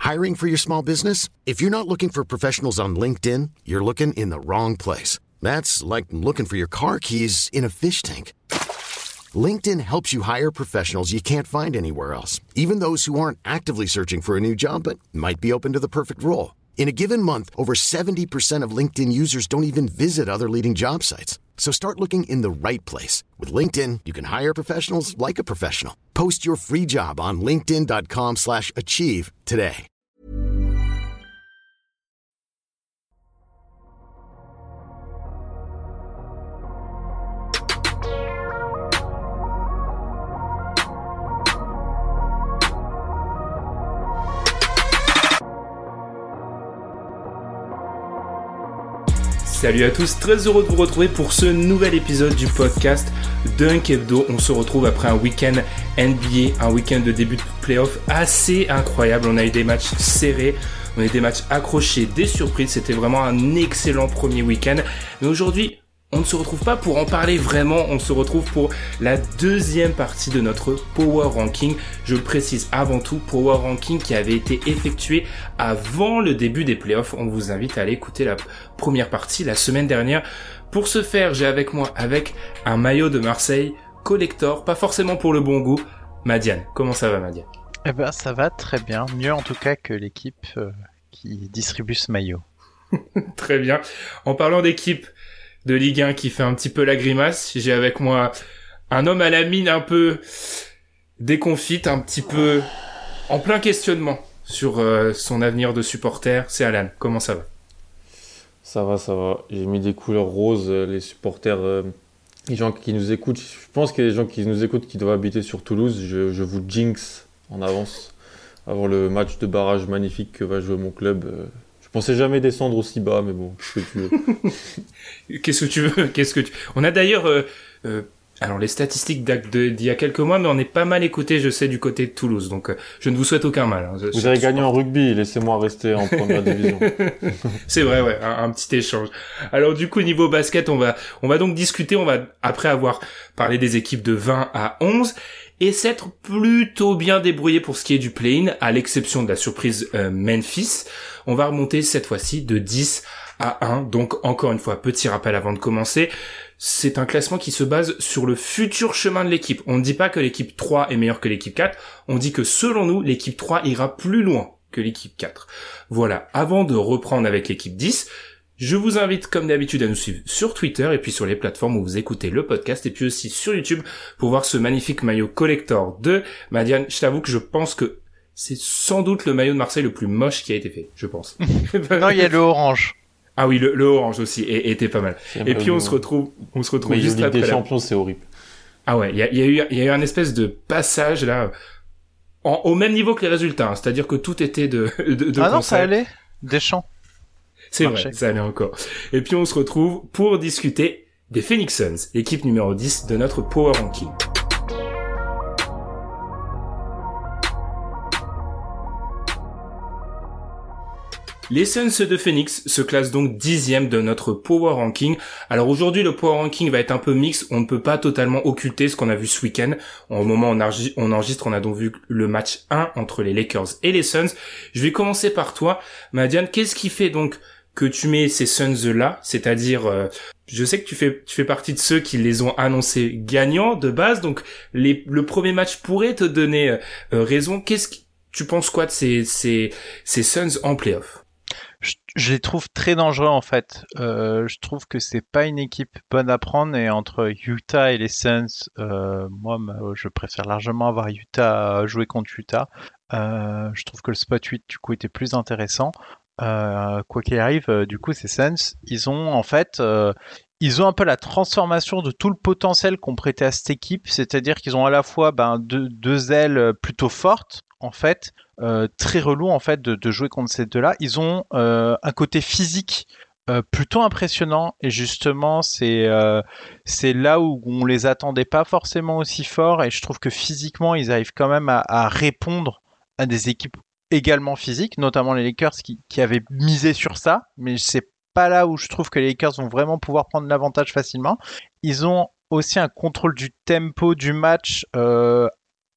Hiring for your small business? If you're not looking for professionals on LinkedIn, you're looking in the wrong place. That's like looking for your car keys in a fish tank. LinkedIn helps you hire professionals you can't find anywhere else, even those who aren't actively searching for a new job but might be open to the perfect role. In a given month, over 70% of LinkedIn users don't even visit other leading job sites. So start looking in the right place. With LinkedIn, you can hire professionals like a professional. Post your free job on linkedin.com/achieve today. Salut à tous, très heureux de vous retrouver pour ce nouvel épisode du podcast Dunk Hebdo. On se retrouve après un week-end NBA, un week-end de début de playoff assez incroyable. On a eu des matchs serrés, on a eu des matchs accrochés, des surprises. C'était vraiment un excellent premier week-end. Mais aujourd'hui, on ne se retrouve pas pour en parler vraiment, on se retrouve pour la deuxième partie de notre Power Ranking. Je le précise avant tout, Power Ranking qui avait été effectué avant le début des playoffs. On vous invite à aller écouter la première partie la semaine dernière. Pour ce faire, j'ai avec moi un maillot de Marseille collector, pas forcément pour le bon goût. Madiane, comment ça va Madiane ? Eh ben ça va très bien, mieux en tout cas que l'équipe qui distribue ce maillot. Très bien. En parlant d'équipe de Ligue 1 qui fait un petit peu la grimace, j'ai avec moi un homme à la mine un peu déconfite, un petit peu en plein questionnement sur son avenir de supporter. C'est Alan, comment ça va ? Ça va. J'ai mis des couleurs roses, les supporters, les gens qui nous écoutent. Je pense qu'il y a des gens qui nous écoutent qui doivent habiter sur Toulouse. Je vous jinx en avance avant le match de barrage magnifique que va jouer mon club. Je pensais jamais descendre aussi bas, mais bon, qu'est-ce que tu veux ? Qu'est-ce que tu veux ? On a d'ailleurs, alors les statistiques datent d'il y a quelques mois, mais on est pas mal écouté, je sais, du côté de Toulouse. Donc, je ne vous souhaite aucun mal. Hein. Vous avez gagné en rugby, laissez-moi rester en première division. C'est vrai, ouais, un petit échange. Alors du coup, niveau basket, on va donc discuter, après avoir parlé des équipes de 20 à 11, et s'être plutôt bien débrouillé pour ce qui est du play-in, à l'exception de la surprise Memphis. On va remonter cette fois-ci de 10 à 1. Donc encore une fois, petit rappel avant de commencer, c'est un classement qui se base sur le futur chemin de l'équipe. On ne dit pas que l'équipe 3 est meilleure que l'équipe 4, on dit que selon nous, l'équipe 3 ira plus loin que l'équipe 4. Voilà, avant de reprendre avec l'équipe 10, je vous invite comme d'habitude à nous suivre sur Twitter et puis sur les plateformes où vous écoutez le podcast et puis aussi sur YouTube pour voir ce magnifique maillot collector de Madiane. Je t'avoue que je pense que c'est sans doute le maillot de Marseille le plus moche qui a été fait, je pense. Non, il y a le orange. Ah oui, le orange aussi était pas mal. Et puis on se retrouve juste après. Ligue des Champions, c'est horrible. Ah ouais, il y a eu un espèce de passage là au même niveau que les résultats, hein, c'est-à-dire que tout était de Ah non, ça allait. Deschamps. C'est vrai, ça allait encore. Et puis on se retrouve pour discuter des Phoenix Suns, l'équipe numéro 10 de notre Power Ranking. Les Suns de Phoenix se classent donc 10e de notre Power Ranking. Alors aujourd'hui, le Power Ranking va être un peu mix. On ne peut pas totalement occulter ce qu'on a vu ce week-end. Au moment où on enregistre, on a donc vu le match 1 entre les Lakers et les Suns. Je vais commencer par toi, Madiane. Qu'est-ce qui fait donc que tu mets ces Suns-là, c'est-à-dire, je sais que tu fais partie de ceux qui les ont annoncés gagnants de base, donc le premier match pourrait te donner raison. Tu penses quoi de ces Suns en play-off ? Je les trouve très dangereux en fait. Je trouve que c'est pas une équipe bonne à prendre et entre Utah et les Suns, moi je préfère largement avoir Utah jouer contre Utah. Je trouve que le spot 8 du coup était plus intéressant. Quoi qu'il arrive, du coup ces Suns, ils ont en fait ils ont un peu la transformation de tout le potentiel qu'on prêtait à cette équipe, c'est-à-dire qu'ils ont à la fois deux ailes plutôt fortes en fait, très relou en fait de jouer contre ces deux-là. Ils ont un côté physique plutôt impressionnant et justement c'est là où on les attendait pas forcément aussi forts et je trouve que physiquement ils arrivent quand même à répondre à des équipes également physiques, notamment les Lakers qui avaient misé sur ça, mais c'est pas là où je trouve que les Lakers vont vraiment pouvoir prendre l'avantage facilement. Ils ont aussi un contrôle du tempo du match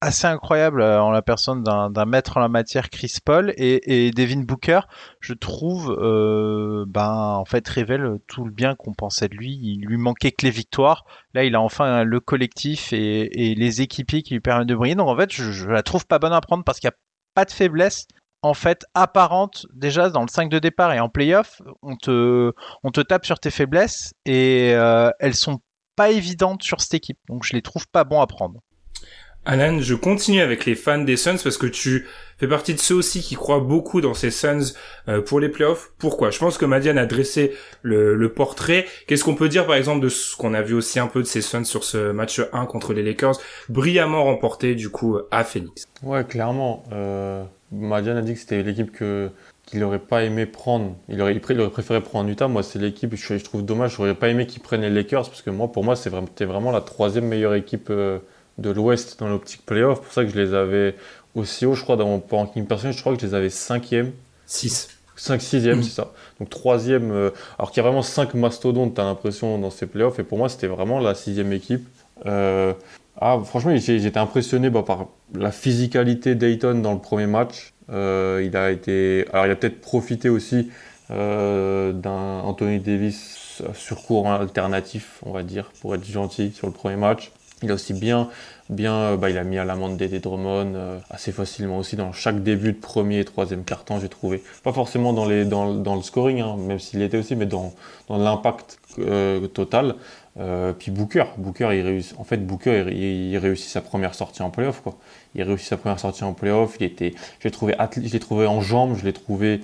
assez incroyable en la personne d'un maître en la matière, Chris Paul, et Devin Booker, je trouve, en fait, révèle tout le bien qu'on pensait de lui. Il lui manquait que les victoires. Là, il a enfin le collectif et les équipiers qui lui permettent de briller. Donc, en fait, je la trouve pas bonne à prendre parce qu'il n'y a pas de faiblesse en fait apparente déjà dans le 5 de départ et en playoff. On te tape sur tes faiblesses et elles sont pas évidentes sur cette équipe. Donc, je les trouve pas bons à prendre. Alan, je continue avec les fans des Suns parce que tu fais partie de ceux aussi qui croient beaucoup dans ces Suns pour les playoffs. Pourquoi ? Je pense que Madiane a dressé le portrait. Qu'est-ce qu'on peut dire par exemple de ce qu'on a vu aussi un peu de ces Suns sur ce match 1 contre les Lakers, brillamment remporté du coup à Phoenix ? Ouais, clairement. Madiane a dit que c'était l'équipe qu'il aurait pas aimé prendre. Il aurait préféré prendre Utah. Moi, c'est l'équipe, je trouve dommage, j'aurais pas aimé qu'ils prennent les Lakers parce que pour moi, c'était vraiment la 3e meilleure équipe de l'Ouest dans l'optique playoff. C'est pour ça que je les avais aussi haut, je crois, dans mon ranking personnel, je crois que je les avais 5e. 6e, c'est ça. Donc 3e, alors qu'il y a vraiment 5 mastodontes, t'as l'impression, dans ces playoffs. Et pour moi, c'était vraiment la 6e équipe. Franchement, j'étais impressionné par la physicalité d'Ayton dans le premier match. Il a peut-être profité aussi d'un Anthony Davis sur courant alternatif, on va dire, pour être gentil sur le premier match. Il a aussi il a mis à l'amende des Drummond assez facilement aussi dans chaque début de premier et troisième quart-temps, j'ai trouvé. Pas forcément dans le scoring, hein, même s'il l'était aussi, mais dans l'impact total. Puis Booker, il réussit. En fait, Booker, il réussit sa première sortie en playoff, quoi. Il réussit sa première sortie en playoff. Je l'ai trouvé en jambes, je l'ai trouvé.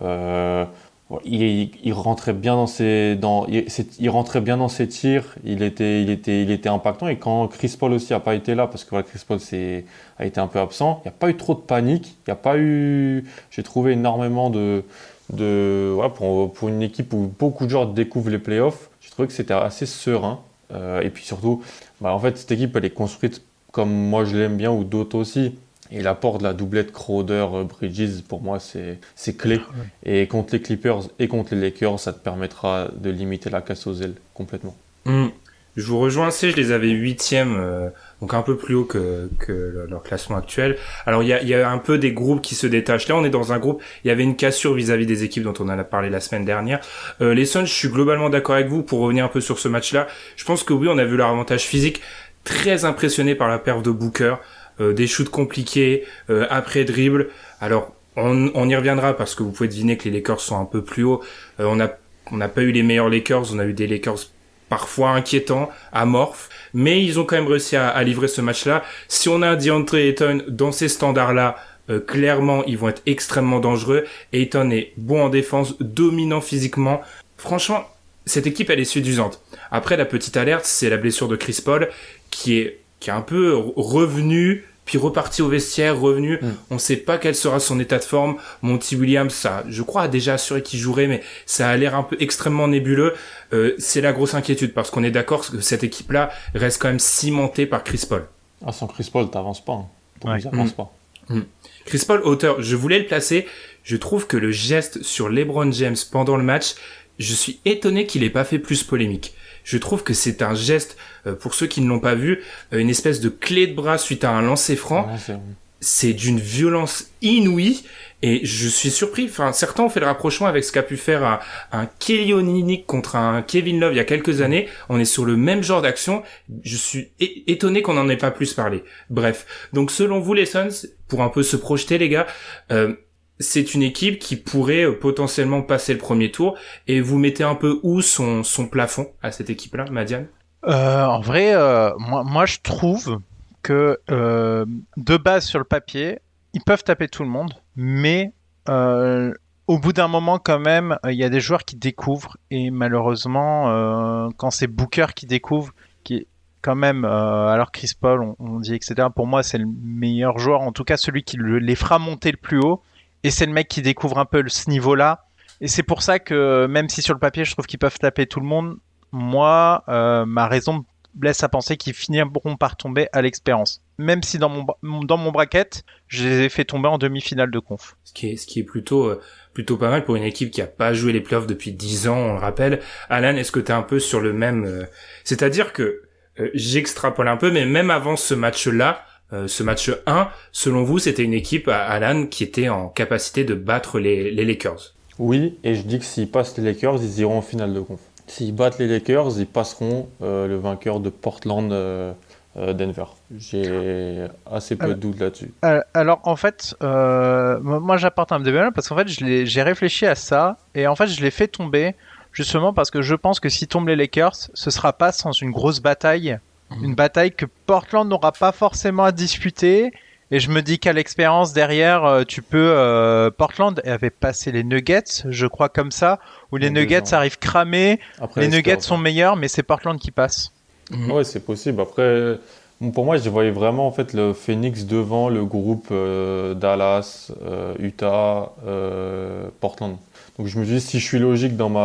Il rentrait bien il rentrait bien dans ses tirs. Il était impactant. Et quand Chris Paul aussi a pas été là, parce que Chris Paul a été un peu absent, il n'y a pas eu trop de panique. Il y a pas eu. J'ai trouvé énormément pour une équipe où beaucoup de joueurs découvrent les playoffs. J'ai trouvé que c'était assez serein. Et puis surtout, en fait, cette équipe, elle est construite comme moi je l'aime bien, ou d'autres aussi. Et l'apport de la doublette Crowder-Bridges, pour moi, c'est clé. Et contre les Clippers et contre les Lakers, ça te permettra de limiter la casse aux ailes complètement. Je vous rejoins assez, je les avais 8e, donc un peu plus haut que leur classement actuel. Alors il y a un peu des groupes qui se détachent. Là, on est dans un groupe, il y avait une cassure vis-à-vis des équipes dont on en a parlé la semaine dernière. Les Suns, je suis globalement d'accord avec vous. Pour revenir un peu sur ce match-là, je pense que oui, on a vu leur avantage physique. Très impressionné par la perf de Booker. Des shoots compliqués, après dribble. Alors, on y reviendra parce que vous pouvez deviner que les Lakers sont un peu plus hauts. On n'a pas eu les meilleurs Lakers, on a eu des Lakers parfois inquiétants, amorphes, mais ils ont quand même réussi à livrer ce match-là. Si on a un DeAndre Ayton dans ces standards-là, clairement, ils vont être extrêmement dangereux. Ayton est bon en défense, dominant physiquement. Franchement, cette équipe, elle est séduisante. Après, la petite alerte, c'est la blessure de Chris Paul, qui est un peu revenu, puis reparti au vestiaire, revenu. On sait pas quel sera son état de forme. Monty Williams, ça, je crois, a déjà assuré qu'il jouerait, mais ça a l'air un peu extrêmement nébuleux. C'est la grosse inquiétude, parce qu'on est d'accord que cette équipe-là reste quand même cimentée par Chris Paul. Sans Chris Paul, t'avances pas. T'avances pas. Chris Paul, auteur, je voulais le placer. Je trouve que le geste sur LeBron James pendant le match, je suis étonné qu'il ait pas fait plus polémique. Je trouve que c'est un geste, pour ceux qui ne l'ont pas vu, une espèce de clé de bras suite à un lancer franc. C'est d'une violence inouïe et je suis surpris. Enfin, certains ont fait le rapprochement avec ce qu'a pu faire un Kelly Olynyk contre un Kevin Love il y a quelques années. On est sur le même genre d'action. Je suis étonné qu'on n'en ait pas plus parlé. Bref. Donc, selon vous, les Suns, pour un peu se projeter, les gars, c'est une équipe qui pourrait potentiellement passer le premier tour. Et vous mettez un peu où son plafond à cette équipe-là, Madiane ? En vrai, moi je trouve que de base sur le papier, ils peuvent taper tout le monde, mais au bout d'un moment quand même, il y a des joueurs qui découvrent et malheureusement, quand c'est Booker qui découvre, qui est quand même, alors Chris Paul, on dit etc. Pour moi, c'est le meilleur joueur, en tout cas celui qui les fera monter le plus haut. Et c'est le mec qui découvre un peu ce niveau-là. Et c'est pour ça que, même si sur le papier, je trouve qu'ils peuvent taper tout le monde, moi, ma raison me laisse à penser qu'ils finiront par tomber à l'expérience. Même si dans mon bracket, je les ai fait tomber en demi-finale de conf. Ce qui est plutôt pas mal pour une équipe qui a pas joué les playoffs depuis 10 ans, on le rappelle. Alan, est-ce que t'es un peu sur le même... C'est-à-dire que j'extrapole un peu, mais même avant ce match-là, ce match 1, selon vous, c'était une équipe, Alan, qui était en capacité de battre les Lakers? Oui, et je dis que s'ils passent les Lakers, ils iront en finale de conf. S'ils battent les Lakers, ils passeront le vainqueur de Portland Denver. J'ai assez peu de doutes là-dessus. Alors en fait, moi j'apporte un débat parce qu'en fait j'ai réfléchi à ça et en fait je l'ai fait tomber justement parce que je pense que si tombent les Lakers, ce sera pas sans une grosse bataille, une bataille que Portland n'aura pas forcément à disputer. Et je me dis qu'à l'expérience derrière, tu peux. Portland avait passé les Nuggets, je crois comme ça, où les Nuggets arrivent cramés. Après les Nuggets sont meilleurs, mais c'est Portland qui passe. Ouais, c'est possible. Après, pour moi, je voyais vraiment en fait le Phoenix devant le groupe Dallas, Utah, Portland. Donc je me dis si je suis logique dans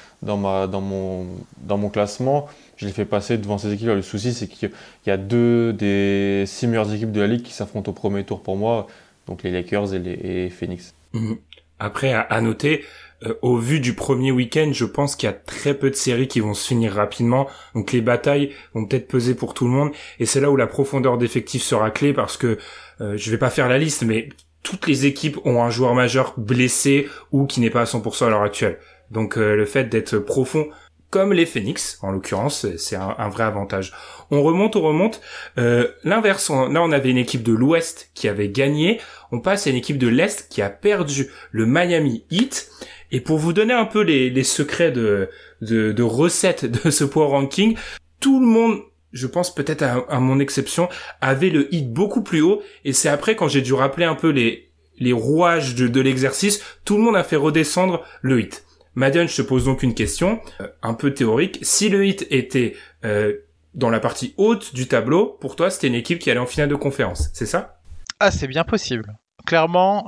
mon classement, je les fais passer devant ces équipes-là. Le souci, c'est qu'il y a 2 des 6 meilleures équipes de la ligue qui s'affrontent au premier tour pour moi, donc les Lakers et Phoenix. Après, à noter, au vu du premier week-end, je pense qu'il y a très peu de séries qui vont se finir rapidement. Donc les batailles vont peut-être peser pour tout le monde. Et c'est là où la profondeur d'effectif sera clé parce que je vais pas faire la liste, mais toutes les équipes ont un joueur majeur blessé ou qui n'est pas à 100% à l'heure actuelle. Donc le fait d'être profond, comme les Phoenix, en l'occurrence, c'est un vrai avantage. On remonte. L'inverse, là on avait une équipe de l'Ouest qui avait gagné. On passe à une équipe de l'Est qui a perdu, le Miami Heat. Et pour vous donner un peu les secrets de recettes de ce power ranking, tout le monde, je pense peut-être à mon exception, avait le Heat beaucoup plus haut. Et c'est après quand j'ai dû rappeler un peu les rouages de l'exercice, tout le monde a fait redescendre le Heat. Madiane, je te pose donc une question un peu théorique. Si le Heat était dans la partie haute du tableau, pour toi, c'était une équipe qui allait en finale de conférence, c'est ça? Ah, c'est bien possible. Clairement,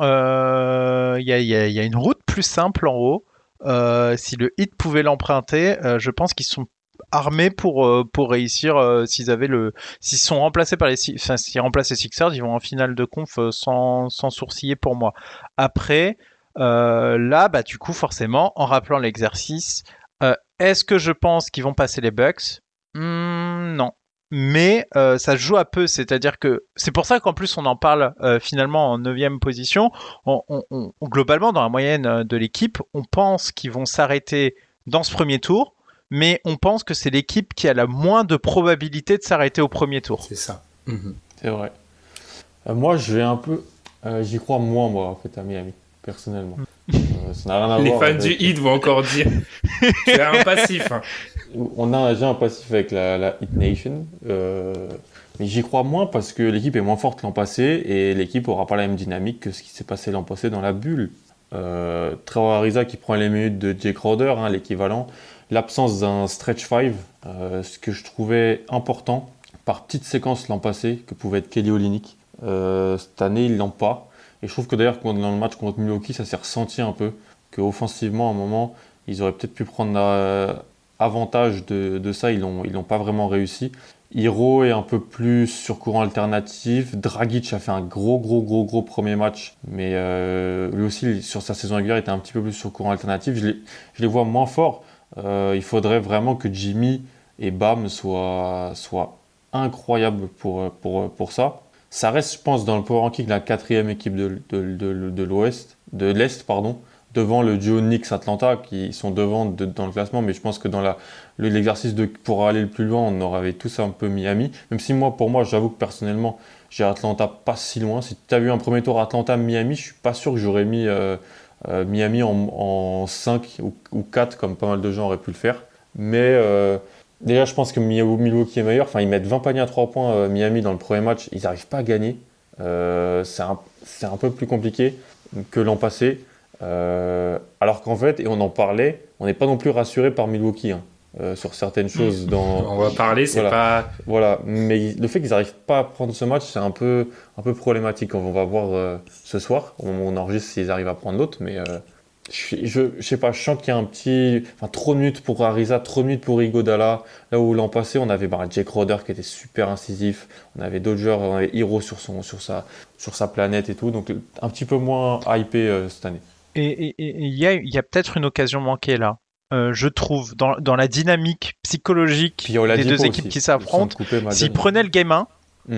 y a une route plus simple en haut. Si le Heat pouvait l'emprunter, je pense qu'ils sont armés pour réussir. S'ils sont remplacés par s'ils remplacent les Sixers, ils vont en finale de conf sans sourciller pour moi. Après. Là, bah, du coup, forcément, en rappelant l'exercice, est-ce que je pense qu'ils vont passer les Bucks? Non. Mais ça se joue à peu, c'est-à-dire que c'est pour ça qu'en plus on en parle finalement en 9e position. Globalement, dans la moyenne de l'équipe, on pense qu'ils vont s'arrêter dans ce premier tour, mais on pense que c'est l'équipe qui a la moins de probabilité de s'arrêter au premier tour. C'est ça. C'est vrai. Moi, j'y crois moins, moi, en fait, à Miami. Personnellement. Ça n'a rien à voir. Les fans avec... du Heat vont encore dire tu as un passif. On a déjà un passif avec la Heat Nation. Mais j'y crois moins parce que l'équipe est moins forte l'an passé et l'équipe aura pas la même dynamique que ce qui s'est passé l'an passé dans la bulle. Trevor Ariza qui prend les minutes de Jay Crowder, l'équivalent. L'absence d'un stretch 5, ce que je trouvais important par petite séquence l'an passé, que pouvait être Kelly Olynyk. Cette année, ils l'ont pas. Et je trouve que d'ailleurs, dans le match contre Milwaukee, ça s'est ressenti un peu. Qu'offensivement, à un moment, ils auraient peut-être pu prendre avantage de ça. Ils l'ont pas vraiment réussi. Hero est un peu plus sur courant alternatif. Dragic a fait un gros premier match. Mais lui aussi, sur sa saison régulière, était un petit peu plus sur courant alternatif. Je les vois moins forts. Il faudrait vraiment que Jimmy et Bam soient incroyables pour ça. Ça reste, je pense, dans le power ranking la 4e équipe de l'Est, devant le duo Knicks-Atlanta qui sont devant dans le classement. Mais je pense que dans l'exercice pour aller le plus loin, on aurait tous un peu Miami. Même si pour moi, j'avoue que personnellement, j'ai Atlanta pas si loin. Si tu as vu un premier tour Atlanta-Miami, je suis pas sûr que j'aurais mis Miami en 5 ou 4 comme pas mal de gens auraient pu le faire. Mais déjà, je pense que Milwaukee est meilleur. Enfin, ils mettent 20 paniers à 3 points Miami dans le premier match. Ils n'arrivent pas à gagner. C'est un peu plus compliqué que l'an passé. Alors qu'en fait, et on en parlait, on n'est pas non plus rassuré par Milwaukee sur certaines choses. On va parler, c'est pas... Voilà, mais le fait qu'ils n'arrivent pas à prendre ce match, c'est un peu problématique. On va voir ce soir. On enregistre s'ils arrivent à prendre l'autre, mais... Je sais pas, je sens qu'il y a trop de minutes pour Ariza, trop de minutes pour Iguodala. Là où l'an passé, on avait Jay Crowder qui était super incisif. On avait d'autres joueurs, on avait Hero sur sa planète et tout. Donc un petit peu moins hypé cette année. Et il y a peut-être une occasion manquée là. Je trouve, dans la dynamique psychologique des deux équipes qui s'affrontent, s'ils prenaient le game 1,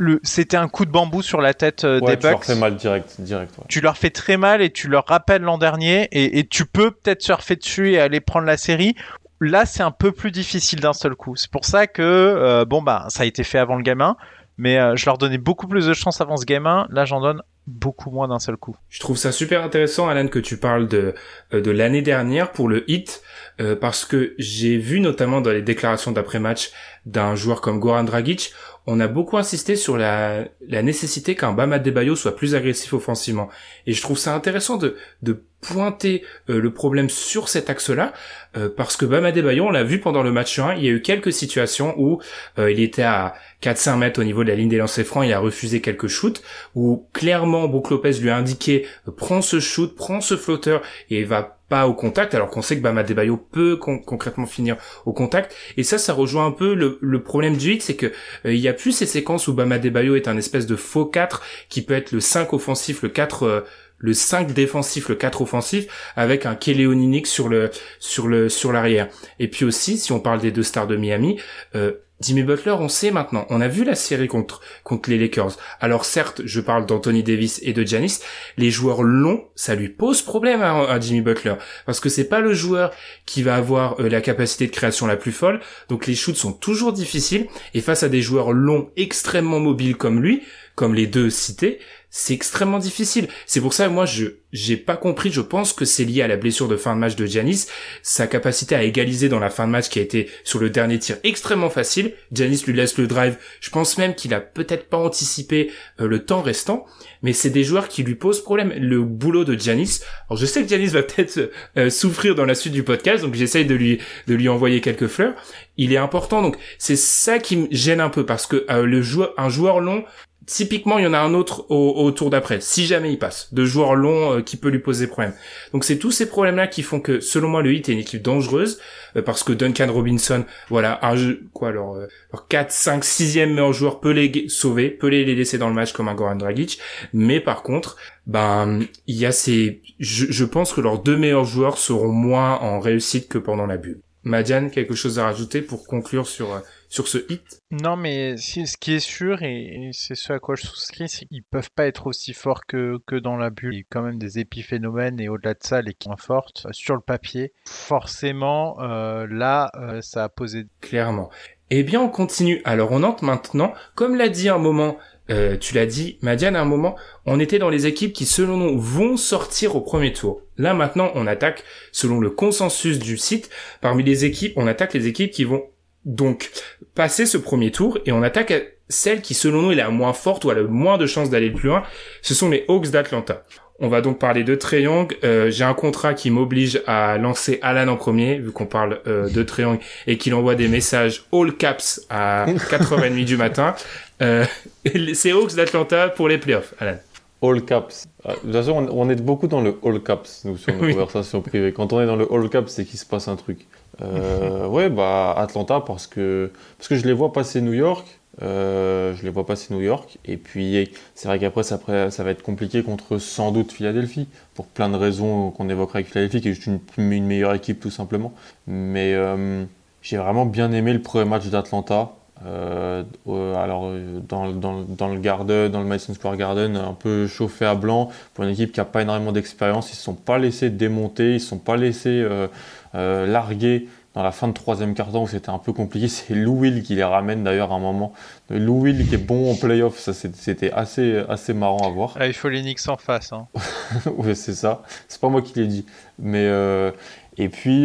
c'était un coup de bambou sur la tête des Bucks. Tu leur fais mal direct. Ouais. Tu leur fais très mal et tu leur rappelles l'an dernier et tu peux peut-être surfer dessus et aller prendre la série. Là, c'est un peu plus difficile d'un seul coup. C'est pour ça que, ça a été fait avant le Game 1, mais je leur donnais beaucoup plus de chance avant ce Game 1. Là, j'en donne beaucoup moins d'un seul coup. Je trouve ça super intéressant, Alan, que tu parles de l'année dernière pour le Heat, parce que j'ai vu notamment dans les déclarations d'après-match d'un joueur comme Goran Dragic, on a beaucoup insisté sur la nécessité qu'un Bam Adebayo soit plus agressif offensivement. Et je trouve ça intéressant de pointer le problème sur cet axe-là, parce que Bam Adebayo, on l'a vu pendant le match 1, il y a eu quelques situations où il était à 4-5 mètres au niveau de la ligne des lancers francs, il a refusé quelques shoots, où clairement Brook Lopez lui a indiqué prends ce shoot, prends ce flotteur, et va pas au contact, alors qu'on sait que Bam Adebayo peut concrètement finir au contact. Et ça rejoint un peu le problème du Heat, c'est que il y a plus ces séquences où Bam Adebayo est un espèce de faux 4 qui peut être le 5 offensif, le 4 le 5 défensif, le 4 offensif, avec un Kelly Olynyk sur l'arrière. Et puis aussi, si on parle des deux stars de Miami, Jimmy Butler, on sait maintenant, on a vu la série contre les Lakers. Alors certes, je parle d'Anthony Davis et de Giannis, les joueurs longs, ça lui pose problème à Jimmy Butler, parce que c'est pas le joueur qui va avoir la capacité de création la plus folle, donc les shoots sont toujours difficiles, et face à des joueurs longs extrêmement mobiles comme lui, comme les deux cités, c'est extrêmement difficile. C'est pour ça, moi, j'ai pas compris. Je pense que c'est lié à la blessure de fin de match de Giannis, sa capacité à égaliser dans la fin de match qui a été sur le dernier tir extrêmement facile. Giannis lui laisse le drive. Je pense même qu'il a peut-être pas anticipé le temps restant, mais c'est des joueurs qui lui posent problème. Le boulot de Giannis. Alors, je sais que Giannis va peut-être souffrir dans la suite du podcast, donc j'essaye de lui envoyer quelques fleurs. Il est important, donc c'est ça qui me gêne un peu parce que un joueur long. Typiquement, il y en a un autre au tour d'après, si jamais il passe, de joueurs longs qui peut lui poser problème. Donc c'est tous ces problèmes-là qui font que, selon moi, le Heat est une équipe dangereuse, parce que Duncan Robinson, voilà, leur 4, 5, 6e meilleur joueur peut les sauver, peut les laisser dans le match comme un Goran Dragic, mais par contre, il y a je pense que leurs deux meilleurs joueurs seront moins en réussite que pendant la bulle. Madiane, quelque chose à rajouter pour conclure sur ce hit? Non, mais ce qui est sûr, et c'est ce à quoi je souscris, c'est qu'ils peuvent pas être aussi forts que dans la bulle. Il y a quand même des épiphénomènes, et au-delà de ça, les qui sont fortes sur le papier. Forcément, ça a posé... Clairement. Eh bien, on continue. Alors, on entre maintenant, comme l'a dit un moment... tu l'as dit, Madiane, à un moment, on était dans les équipes qui, selon nous, vont sortir au premier tour. Là, maintenant, on attaque, selon le consensus du site, parmi les équipes, on attaque les équipes qui vont donc passer ce premier tour, et on attaque celle qui, selon nous, est la moins forte ou a le moins de chances d'aller le plus loin. Ce sont les Hawks d'Atlanta. On va donc parler de Trae Young. J'ai un contrat qui m'oblige à lancer Alan en premier, vu qu'on parle de Trae Young, et qu'il envoie des messages all caps à 4h30 du matin. C'est Hawks d'Atlanta pour les playoffs, Alan. All caps. De toute façon, on est beaucoup dans le all caps, nous, sur nos conversations privées. Quand on est dans le all caps, c'est qu'il se passe un truc. Atlanta, parce que je les vois passer New York. Et puis c'est vrai qu'après ça va être compliqué contre sans doute Philadelphie, pour plein de raisons qu'on évoquera avec Philadelphie, qui est juste une meilleure équipe tout simplement. Mais j'ai vraiment bien aimé le premier match d'Atlanta. Dans le Garden, dans le Madison Square Garden, un peu chauffé à blanc pour une équipe qui n'a pas énormément d'expérience. Ils ne se sont pas laissés démonter, ils ne se sont pas laissés larguer dans la fin de troisième quart-temps où c'était un peu compliqué. C'est Lou Will qui les ramène d'ailleurs à un moment. Lou Will qui est bon en play-off, ça c'était assez marrant à voir. Là, il faut les Knicks en face. Hein. Oui, c'est ça. C'est pas moi qui l'ai dit. Mais et puis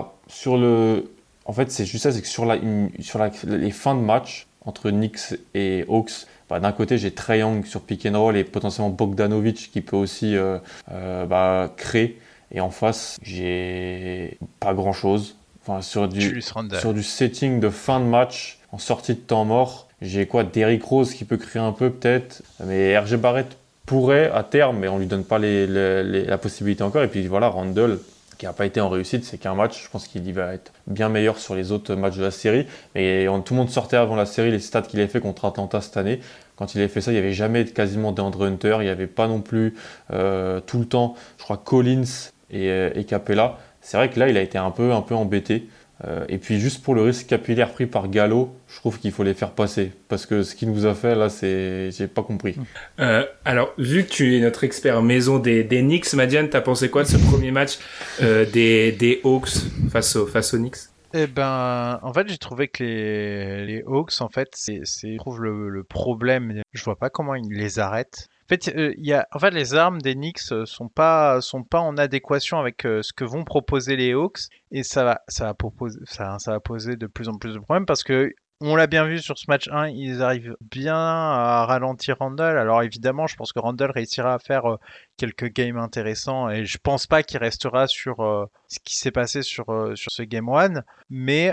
en fait, c'est juste ça, c'est que sur les fins de match entre Knicks et Hawks, d'un côté, j'ai Trae Young sur pick and roll et potentiellement Bogdanovic qui peut aussi créer. Et en face, j'ai pas grand-chose. Enfin, sur du setting de fin de match, en sortie de temps mort, j'ai Derrick Rose qui peut créer un peu peut-être. Mais RJ Barrett pourrait à terme, mais on lui donne pas la possibilité encore. Et puis voilà, Randle, qui n'a pas été en réussite, c'est qu'un match. Je pense qu'il va être bien meilleur sur les autres matchs de la série. Et tout le monde sortait avant la série les stats qu'il avait fait contre Atlanta cette année. Quand il avait fait ça, il n'y avait jamais quasiment DeAndre Hunter. Il n'y avait pas non plus tout le temps, je crois, Collins et Capella. C'est vrai que là, il a été un peu embêté. Et puis juste pour le risque capillaire pris par Gallo, je trouve qu'il faut les faire passer. Parce que ce qu'il nous a fait là, j'ai pas compris. Alors, vu que tu es notre expert maison des Knicks, Madiane, t'as pensé quoi de ce premier match des Hawks face aux Knicks? Eh ben, en fait, j'ai trouvé que les Hawks, en fait, je trouve le problème. Je vois pas comment ils les arrêtent. En fait, les armes des Knicks sont pas en adéquation avec ce que vont proposer les Hawks, et ça va poser de plus en plus de problèmes parce que on l'a bien vu sur ce match 1, ils arrivent bien à ralentir Randle. Alors évidemment, je pense que Randle réussira à faire quelques games intéressants et je pense pas qu'il restera sur ce qui s'est passé sur ce game 1. Mais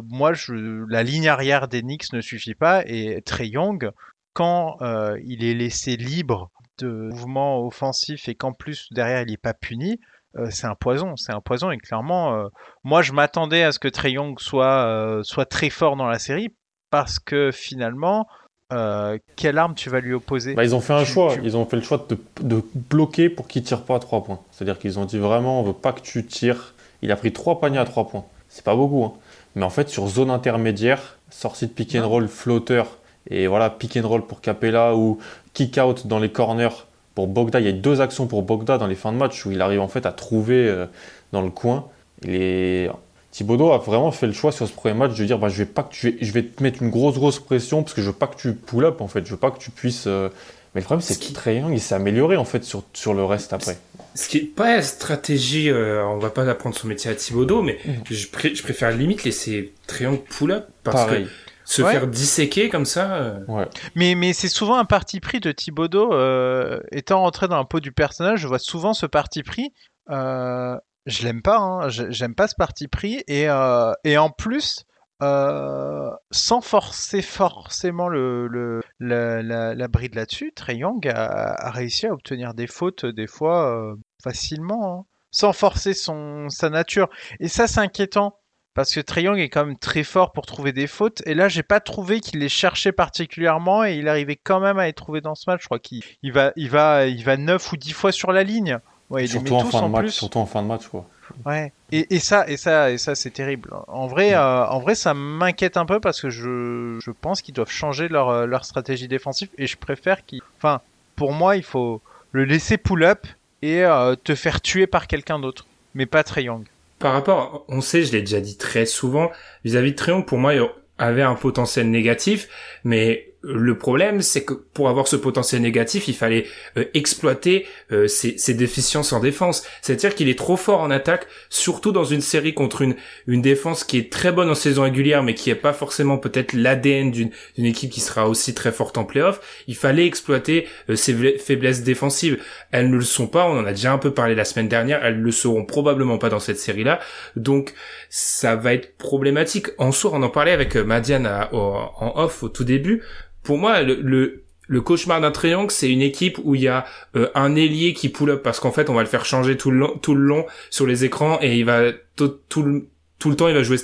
la ligne arrière des Knicks ne suffit pas et Trae Young, quand il est laissé libre de mouvement offensif et qu'en plus derrière il est pas puni, c'est un poison et clairement, moi je m'attendais à ce que Trae Young soit très fort dans la série parce que finalement, quelle arme tu vas lui opposer? Ils ont fait un choix. Ils ont fait le choix de bloquer pour qu'il tire pas à 3 points. C'est-à-dire qu'ils ont dit vraiment, on veut pas que tu tires. Il a pris 3 paniers à 3 points. C'est pas beaucoup, hein. Mais en fait, sur zone intermédiaire, sortie de pick and roll, flotteur, et voilà, pick and roll pour Capella ou kick out dans les corners pour Bogda. Il y a 2 actions pour Bogda dans les fins de match où il arrive en fait à trouver dans le coin. Thibodeau a vraiment fait le choix sur ce premier match de dire je vais te mettre une grosse pression parce que je veux pas que tu pull up en fait, je veux pas que tu puisses. Mais le problème c'est que Trae Young il s'est amélioré en fait sur le reste après. Ce qui est pas stratégie, on va pas apprendre son métier à Thibodeau, mais je préfère limite laisser Trae Young pull up parce que se faire disséquer comme ça. Ouais. Mais c'est souvent un parti pris de Thibodeau. Étant rentré dans la peau du personnage, je vois souvent ce parti pris. Je l'aime pas, hein. J'aime pas ce parti pris. Et en plus, sans forcer forcément la bride là-dessus, Trae Young a réussi à obtenir des fautes des fois facilement, hein, sans forcer sa nature. Et ça, c'est inquiétant. Parce que Trae Young est quand même très fort pour trouver des fautes. Et là, j'ai pas trouvé qu'il les cherchait particulièrement. Et il arrivait quand même à les trouver dans ce match. Je crois qu'il va 9 ou 10 fois sur la ligne. Ouais, surtout en fin de match, quoi. Ouais. Et ça, c'est terrible. En vrai, ça m'inquiète un peu parce que je pense qu'ils doivent changer leur stratégie défensive. Et je préfère pour moi, il faut le laisser pull-up et te faire tuer par quelqu'un d'autre. Mais pas Trae Young. Par rapport, on sait, je l'ai déjà dit très souvent, vis-à-vis de Trae Young, pour moi, il avait un potentiel négatif, mais le problème, c'est que pour avoir ce potentiel négatif, il fallait exploiter ses déficiences en défense. C'est-à-dire qu'il est trop fort en attaque, surtout dans une série contre une défense qui est très bonne en saison régulière, mais qui est pas forcément peut-être l'ADN d'une équipe qui sera aussi très forte en play-off. Il fallait exploiter ses faiblesses défensives. Elles ne le sont pas, on en a déjà un peu parlé la semaine dernière, elles ne le seront probablement pas dans cette série-là. Donc, ça va être problématique. En soi, on en parlait avec Madiane en off au tout début. Pour moi, le cauchemar d'un Trae Young, c'est une équipe où il y a un ailier qui pull up parce qu'en fait, on va le faire changer tout le long sur les écrans et il va tout le temps, il va jouer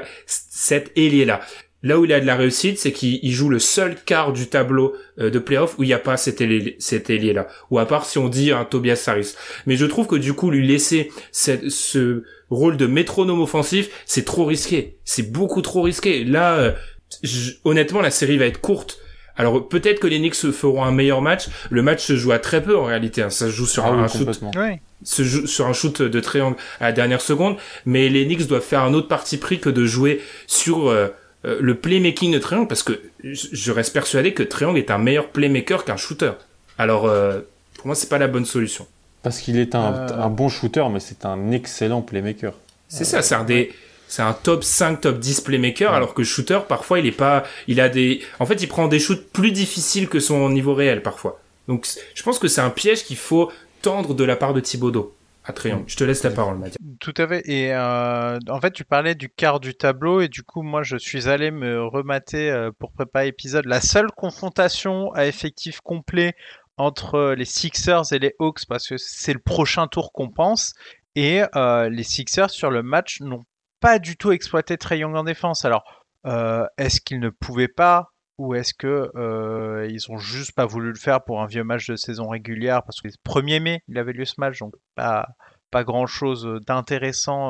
cet ailier-là. Là où il a de la réussite, c'est qu'il joue le seul quart du tableau de playoff où il n'y a pas cet ailier-là. Ou à part si on dit un Tobias Harris. Mais je trouve que du coup, lui laisser ce rôle de métronome offensif, c'est trop risqué. C'est beaucoup trop risqué. Là, honnêtement, la série va être courte. Alors peut-être que les Knicks feront un meilleur match. Le match se joue à très peu en réalité. Ça se joue sur un shoot. Ouais. Se joue sur un shoot de Trae Young à la dernière seconde. Mais les Knicks doivent faire un autre parti pris que de jouer sur le playmaking de Trae Young, parce que je reste persuadé que Trae Young est un meilleur playmaker qu'un shooter. Alors pour moi c'est pas la bonne solution. Parce qu'il est un bon shooter, mais c'est un excellent playmaker. C'est ça, c'est un top 5, top 10 playmaker, alors que shooter, parfois, en fait, il prend des shoots plus difficiles que son niveau réel, parfois. Donc, je pense que c'est un piège qu'il faut tendre de la part de Thibodeau à Trae Young. Je te laisse la parole, Mathieu. Tout à fait. Et en fait, tu parlais du quart du tableau, et du coup, moi, je suis allé me remater pour préparer l'épisode. La seule confrontation à effectif complet entre les Sixers et les Hawks, parce que c'est le prochain tour qu'on pense, et les Sixers sur le match n'ont pas du tout exploité Trae Young en défense. Alors, est-ce qu'ils ne pouvaient pas, ou est-ce que ils ont juste pas voulu le faire pour un vieux match de saison régulière, parce que le 1er mai, il avait lieu ce match, donc pas grand-chose d'intéressant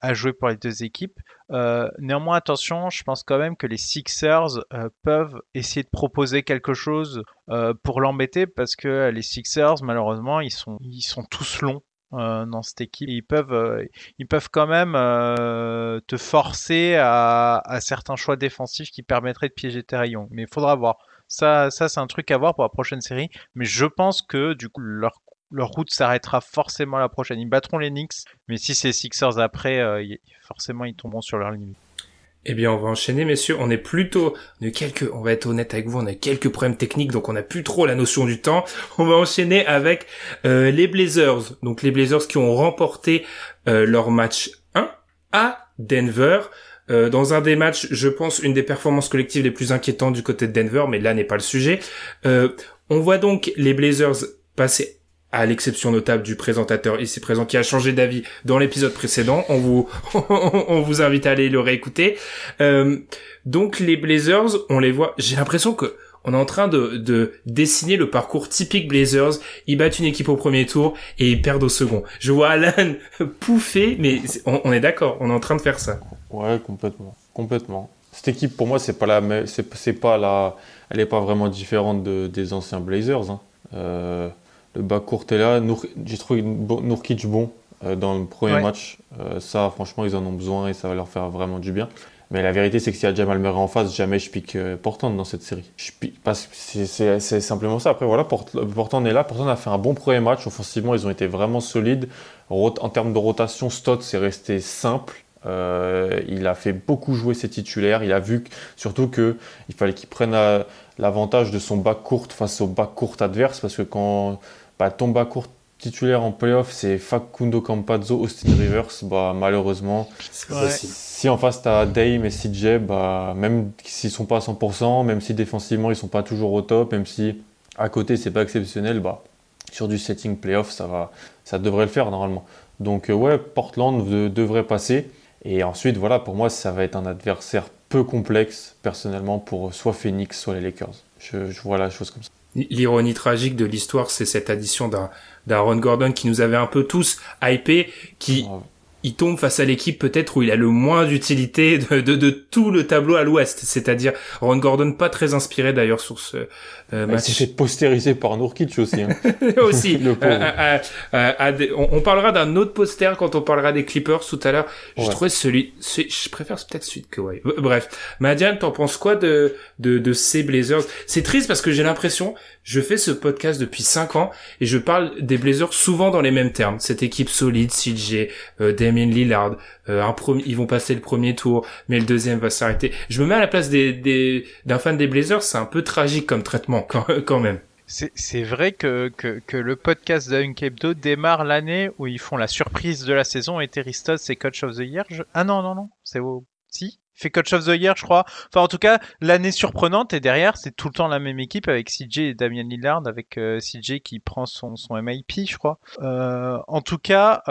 à jouer pour les deux équipes. Néanmoins, attention, je pense quand même que les Sixers peuvent essayer de proposer quelque chose pour l'embêter parce que les Sixers, malheureusement, ils sont tous longs. Dans cette équipe, ils peuvent quand même te forcer à certains choix défensifs qui permettraient de piéger Trae Young. Mais il faudra voir. Ça c'est un truc à voir pour la prochaine série. Mais je pense que du coup leur route s'arrêtera forcément la prochaine. Ils battront les Knicks, mais si c'est Sixers après, forcément ils tomberont sur leur limite. Eh bien, on va enchaîner, messieurs. On va être honnête avec vous, on a quelques problèmes techniques, donc on n'a plus trop la notion du temps. On va enchaîner avec les Blazers. Donc les Blazers qui ont remporté leur match 1 à Denver. Dans un des matchs, je pense, une des performances collectives les plus inquiétantes du côté de Denver, mais là n'est pas le sujet. On voit donc les Blazers passer, à l'exception notable du présentateur ici présent qui a changé d'avis dans l'épisode précédent. On vous invite à aller le réécouter. Donc les Blazers, on les voit, j'ai l'impression que on est en train de dessiner le parcours typique Blazers. Ils battent une équipe au premier tour et ils perdent au second. Je vois Alan pouffer, mais on est d'accord, on est en train de faire ça. Ouais, complètement. Cette équipe, pour moi, elle est pas vraiment différente des anciens Blazers, hein. Le backcourt est là. J'ai trouvé Nurkic bon dans le premier match. Ça, franchement, ils en ont besoin et ça va leur faire vraiment du bien. Mais la vérité, c'est que s'il y a Jamal Murray en face, jamais je pique Portland dans cette série. Parce que c'est simplement ça. Après, voilà, Portland est là. Portland a fait un bon premier match. Offensivement, ils ont été vraiment solides. En termes de rotation, Stott, c'est resté simple. Il a fait beaucoup jouer ses titulaires. Il a vu surtout qu'il fallait qu'il prenne l'avantage de son backcourt face au backcourt adverse. Parce que quand ton backcourt titulaire en playoff, c'est Facundo Campazzo, Austin Rivers, malheureusement, si en face t'as Dame et CJ, même s'ils sont pas à 100%, même si défensivement ils sont pas toujours au top, même si à côté c'est pas exceptionnel, sur du setting playoff, ça devrait le faire normalement. Donc Portland devrait passer. Et ensuite, voilà, pour moi, ça va être un adversaire peu complexe, personnellement, pour soit Phoenix, soit les Lakers. Je vois la chose comme ça. L'ironie tragique de l'histoire, c'est cette addition d'Aaron Gordon qui nous avait un peu tous hypés, qui il tombe face à l'équipe peut-être où il a le moins d'utilité de tout le tableau à l'ouest, c'est-à-dire Aaron Gordon pas très inspiré d'ailleurs sur ce match. Il s'est fait postériser par Nurkic aussi. Hein. Aussi. On parlera d'un autre poster quand on parlera des Clippers tout à l'heure. Je trouvais je préfère peut-être celui de Kawhi. Bref. Madiane, t'en penses quoi de ces Blazers? C'est triste parce que j'ai l'impression, je fais ce podcast depuis 5 ans et je parle des Blazers souvent dans les mêmes termes. Cette équipe solide, CJ, Damian Lillard, ils vont passer le premier tour, mais le deuxième va s'arrêter. Je me mets à la place d'un fan des Blazers, c'est un peu tragique comme traitement quand même. C'est vrai que le podcast de Dunk Hebdo démarre l'année où ils font la surprise de la saison et Terry Stotts c'est Coach of the Year. Ah non, c'est si. Il fait Coach of the Year, je crois. Enfin, en tout cas, l'année surprenante et derrière, c'est tout le temps la même équipe avec CJ et Damian Lillard, avec CJ qui prend son MIP, je crois. En tout cas,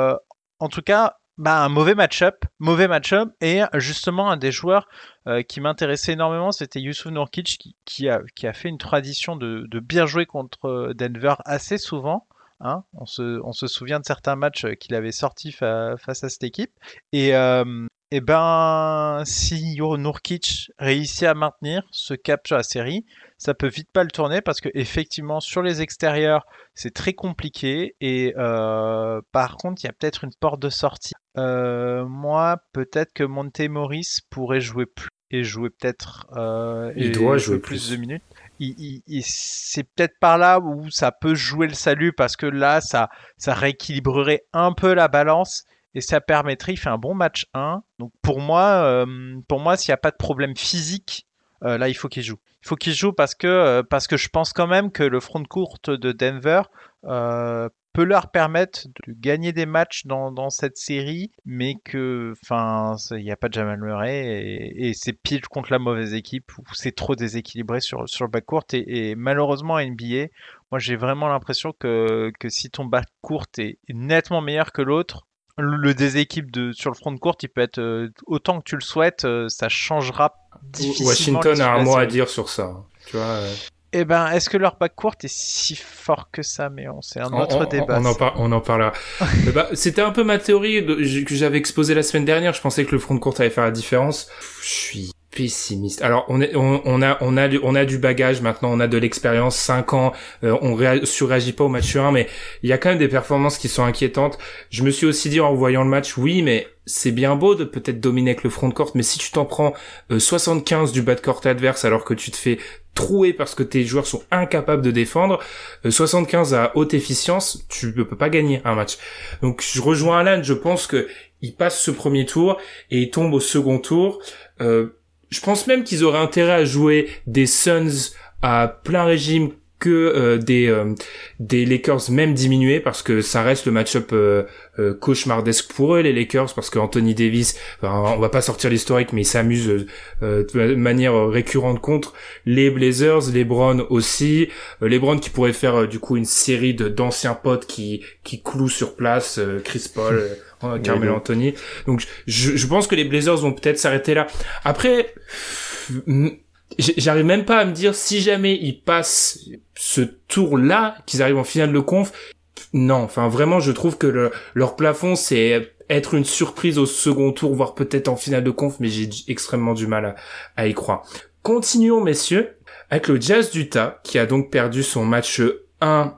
un mauvais match-up et justement un des joueurs qui m'intéressait énormément, c'était Yusuf Nurkic qui a fait une tradition de bien jouer contre Denver assez souvent. Hein, on se souvient de certains matchs qu'il avait sortis face à cette équipe et si Nurkic réussit à maintenir ce cap sur la série, ça peut vite pas le tourner parce que effectivement sur les extérieurs c'est très compliqué et par contre il y a peut-être une porte de sortie. Moi peut-être que Monte Morris pourrait jouer plus et jouer peut-être il doit jouer plus de minutes. C'est peut-être par là où ça peut jouer le salut parce que là ça rééquilibrerait un peu la balance. Et ça permettrait, il fait un bon match 1. Donc pour moi s'il n'y a pas de problème physique, là il faut qu'il joue. Il faut qu'il joue parce que je pense quand même que le front court de Denver peut leur permettre de gagner des matchs dans cette série, mais que il n'y a pas de Jamal Murray et c'est pile contre la mauvaise équipe où c'est trop déséquilibré sur le backcourt et malheureusement à NBA, moi j'ai vraiment l'impression que si ton backcourt est nettement meilleur que l'autre, le déséquilibre sur le front de court, il peut être autant que tu le souhaites, ça changera difficilement. Washington a un mot à dire sur ça. Tu vois. Eh ben, est-ce que leur backcourt est si fort que ça? Mais c'est un autre débat. On en parlera. C'était un peu ma théorie que j'avais exposée la semaine dernière. Je pensais que le front court allait faire la différence. Je suis pessimiste. Alors, on a du bagage maintenant, on a de l'expérience, 5 ans, on surréagit pas au match 1, mais il y a quand même des performances qui sont inquiétantes. Je me suis aussi dit en voyant le match, oui, mais c'est bien beau de peut-être dominer avec le front court, mais si tu t'en prends 75 du bas de court adverse alors que tu te fais troué parce que tes joueurs sont incapables de défendre, 75 à haute efficience, tu ne peux pas gagner un match. Donc je rejoins Alan, je pense que il passe ce premier tour et il tombe au second tour. Je pense même qu'ils auraient intérêt à jouer des Suns à plein régime que des Lakers même diminués, parce que ça reste le match-up cauchemardesque pour eux, les Lakers, parce que Anthony Davis, on va pas sortir l'historique, mais il s'amuse de manière récurrente contre les Blazers, LeBron aussi, LeBron qui pourrait faire du coup une série d'anciens potes qui clouent sur place, Chris Paul, Carmelo Anthony. Donc je pense que les Blazers vont peut-être s'arrêter là. Après, j'arrive même pas à me dire si jamais ils passent ce tour-là, qu'ils arrivent en finale de conf. Non, enfin vraiment, je trouve que leur plafond, c'est être une surprise au second tour, voire peut-être en finale de conf, mais j'ai extrêmement du mal à y croire. Continuons, messieurs, avec le Jazz d'Utah, qui a donc perdu son match 1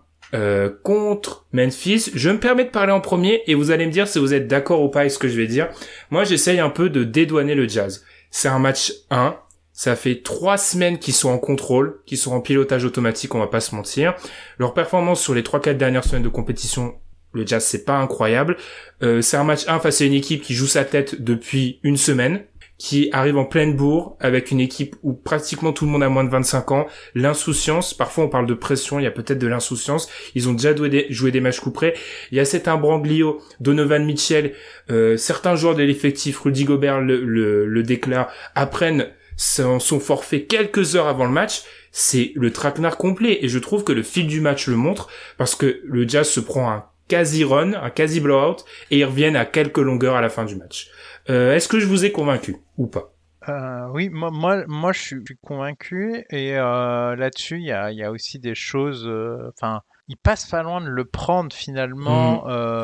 contre Memphis. Je me permets de parler en premier, et vous allez me dire si vous êtes d'accord ou pas avec ce que je vais dire. Moi, j'essaye un peu de dédouaner le Jazz. C'est un match 1. Ça fait 3 semaines qu'ils sont en contrôle, qu'ils sont en pilotage automatique, on va pas se mentir. Leur performance sur les 3-4 dernières semaines de compétition, le Jazz, c'est pas incroyable. C'est un match 1 face à une équipe qui joue sa tête depuis une semaine, qui arrive en pleine bourre, avec une équipe où pratiquement tout le monde a moins de 25 ans. L'insouciance, parfois on parle de pression, il y a peut-être de l'insouciance. Ils ont déjà joué des matchs couperés. Il y a cet imbroglio, Donovan Mitchell, certains joueurs de l'effectif, Rudy Gobert le déclare, apprennent son forfait quelques heures avant le match. C'est le traquenard complet, et je trouve que le fil du match le montre, parce que le Jazz se prend un quasi run, un quasi blowout, et ils reviennent à quelques longueurs à la fin du match. Est-ce que je vous ai convaincu ou pas? Oui, moi je suis convaincu, et là-dessus il y a aussi des choses. Enfin, ils passent pas loin de le prendre finalement,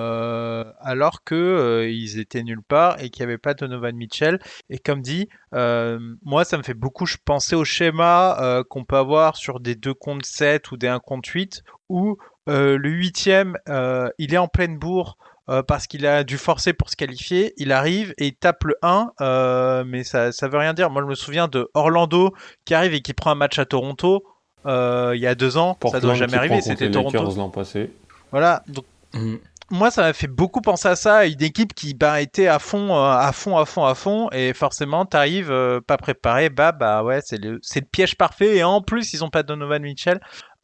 alors que ils étaient nulle part et qu'il n'y avait pas Donovan Mitchell. Et comme dit, moi ça me fait beaucoup penser au schéma qu'on peut avoir sur des 2 contre 7 ou des 1 contre 8, où le huitième il est en pleine bourre. Parce qu'il a dû forcer pour se qualifier, il arrive et il tape le 1, mais ça veut rien dire. Moi, je me souviens de Orlando qui arrive et qui prend un match à Toronto il y a 2 ans. Portland ça doit jamais arriver, c'était Toronto. Lakers l'an passé. Voilà. Donc, moi, ça m'a fait beaucoup penser à ça, une équipe qui était à fond, et forcément, t'arrives pas préparé, ouais, c'est le piège parfait, et en plus, ils ont pas Donovan Mitchell.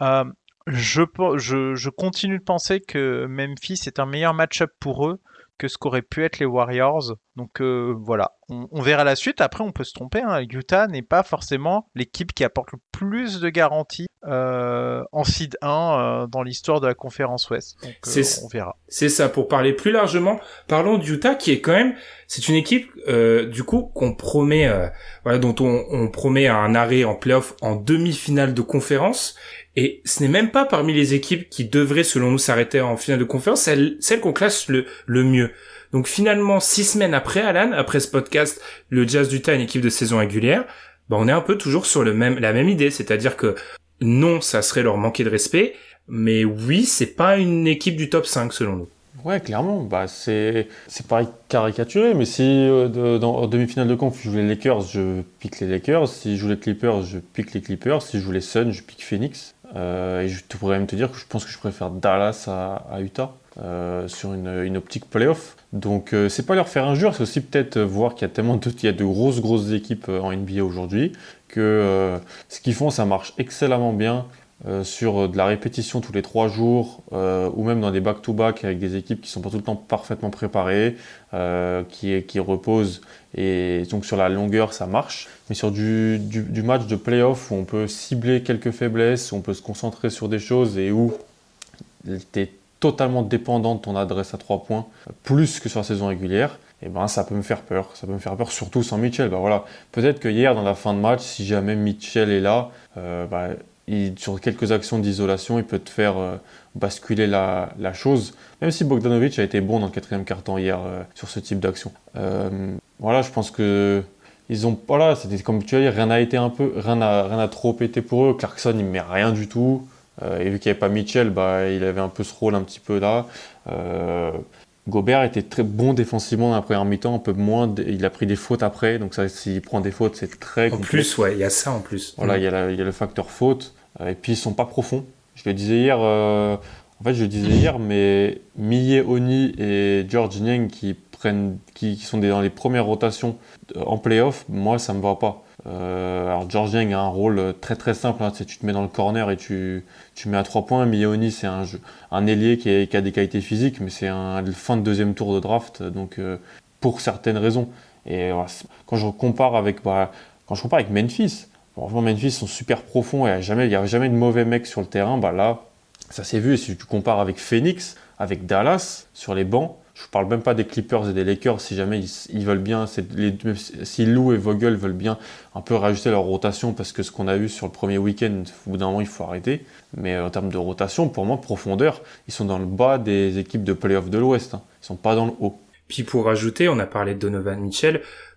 Je continue de penser que Memphis est un meilleur match-up pour eux que ce qu'auraient pu être les Warriors. Donc voilà, on verra la suite. Après, on peut se tromper, hein. Utah n'est pas forcément l'équipe qui apporte le plus de garanties en seed 1 dans l'histoire de la conférence Ouest. Donc on verra. C'est ça. Pour parler plus largement, parlons d'Utah, qui est quand même, c'est une équipe du coup qu'on promet, dont on promet un arrêt en playoff en demi-finale de conférence. Et ce n'est même pas parmi les équipes qui devraient, selon nous, s'arrêter en finale de conférence, celle qu'on classe le mieux. Donc finalement, 6 semaines après, Alan, après ce podcast, le Jazz d'Utah est une équipe de saison régulière, on est un peu toujours sur la même idée, c'est-à-dire que non, ça serait leur manquer de respect, mais oui, c'est pas une équipe du top 5 selon nous. Ouais, clairement, c'est pas caricaturé, mais si en demi-finale de conf, je joue les Lakers, je pique les Lakers. Si je joue les Clippers, je pique les Clippers. Si je joue les Suns, je pique Phoenix. Et je pourrais même te dire que je pense que je préfère Dallas à Utah sur une optique playoff. Donc c'est pas leur faire injure, c'est aussi peut-être voir qu'il y a il y a de grosses équipes en NBA aujourd'hui, que ce qu'ils font, ça marche excellemment bien. Sur de la répétition tous les 3 jours, ou même dans des back-to-back avec des équipes qui sont pas tout le temps parfaitement préparées, qui reposent, et donc sur la longueur ça marche. Mais sur du match de play-off où on peut cibler quelques faiblesses, où on peut se concentrer sur des choses et où tu es totalement dépendant de ton adresse à 3 points, plus que sur la saison régulière, et ça peut me faire peur. Ça peut me faire peur, surtout sans Mitchell. Voilà. Peut-être que hier, dans la fin de match, si jamais Mitchell est là, sur quelques actions d'isolation, il peut te faire basculer la chose. Même si Bogdanovic a été bon dans le 4e quart-temps hier sur ce type d'action. Voilà, je pense que c'était comme tu as dit, rien n'a trop été pour eux. Clarkson, il met rien du tout. Et vu qu'il n'y avait pas Mitchell, il avait un peu ce rôle un petit peu là. Gobert était très bon défensivement dans la première mi-temps, un peu moins. Il a pris des fautes après, donc ça, s'il prend des fautes, c'est très compliqué. En plus, ouais, il y a ça en plus. Voilà, il y a le facteur faute. Et puis ils sont pas profonds. Je le disais hier, mais Miye Oni et George Niang qui sont dans les premières rotations en play-off, moi ça me va pas. Alors George Niang a un rôle très très simple, hein, tu te mets dans le corner et tu mets à 3 points. Miye Oni, c'est un ailier qui a des qualités physiques, mais c'est fin de 2e tour de draft, donc pour certaines raisons. Et voilà, quand je compare avec Memphis, franchement, Memphis sont super profonds et il n'y a jamais de mauvais mecs sur le terrain. Là, ça s'est vu. Et si tu compares avec Phoenix, avec Dallas, sur les bancs, je ne parle même pas des Clippers et des Lakers, si jamais ils veulent bien, si Lou et Vogel veulent bien un peu rajouter leur rotation, parce que ce qu'on a vu sur le premier week-end, au bout d'un moment, il faut arrêter. Mais en termes de rotation, pour moi, profondeur, ils sont dans le bas des équipes de play-off de l'Ouest. Hein. Ils ne sont pas dans le haut. Puis pour rajouter, on a parlé de Donovan Mitchell,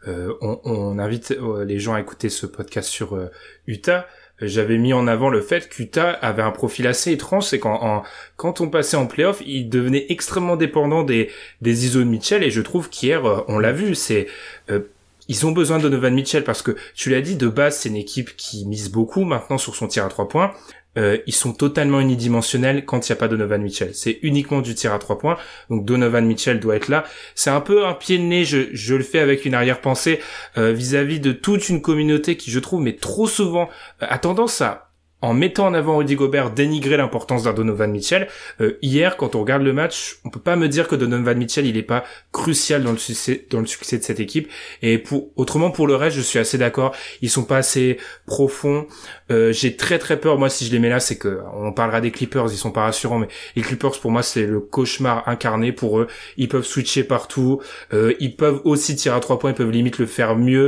on invite les gens à écouter ce podcast sur Utah. J'avais mis en avant le fait qu'Utah avait un profil assez étrange, c'est quand on passait en play-off, il devenait extrêmement dépendant des ISO de Mitchell, et je trouve qu'hier, on l'a vu, ils ont besoin de Donovan Mitchell parce que, tu l'as dit, de base, c'est une équipe qui mise beaucoup maintenant sur son tir à 3 points. Ils sont totalement unidimensionnels quand il n'y a pas Donovan Mitchell. C'est uniquement du tir à 3 points. Donc Donovan Mitchell doit être là. C'est un peu un pied de nez, je le fais avec une arrière-pensée vis-à-vis de toute une communauté qui, je trouve, mais trop souvent a tendance à, en mettant en avant Rudy Gobert, dénigrer l'importance d'un Donovan Mitchell. Hier, quand on regarde le match, on peut pas me dire que Donovan Mitchell, il est pas crucial dans le succès de cette équipe. Et autrement, pour le reste, je suis assez d'accord. Ils sont pas assez profonds. J'ai très très peur. Moi, si je les mets là, c'est que, on parlera des Clippers, ils sont pas rassurants, mais les Clippers, pour moi, c'est le cauchemar incarné pour eux. Ils peuvent switcher partout. Ils peuvent aussi tirer à 3 points. Ils peuvent limite le faire mieux.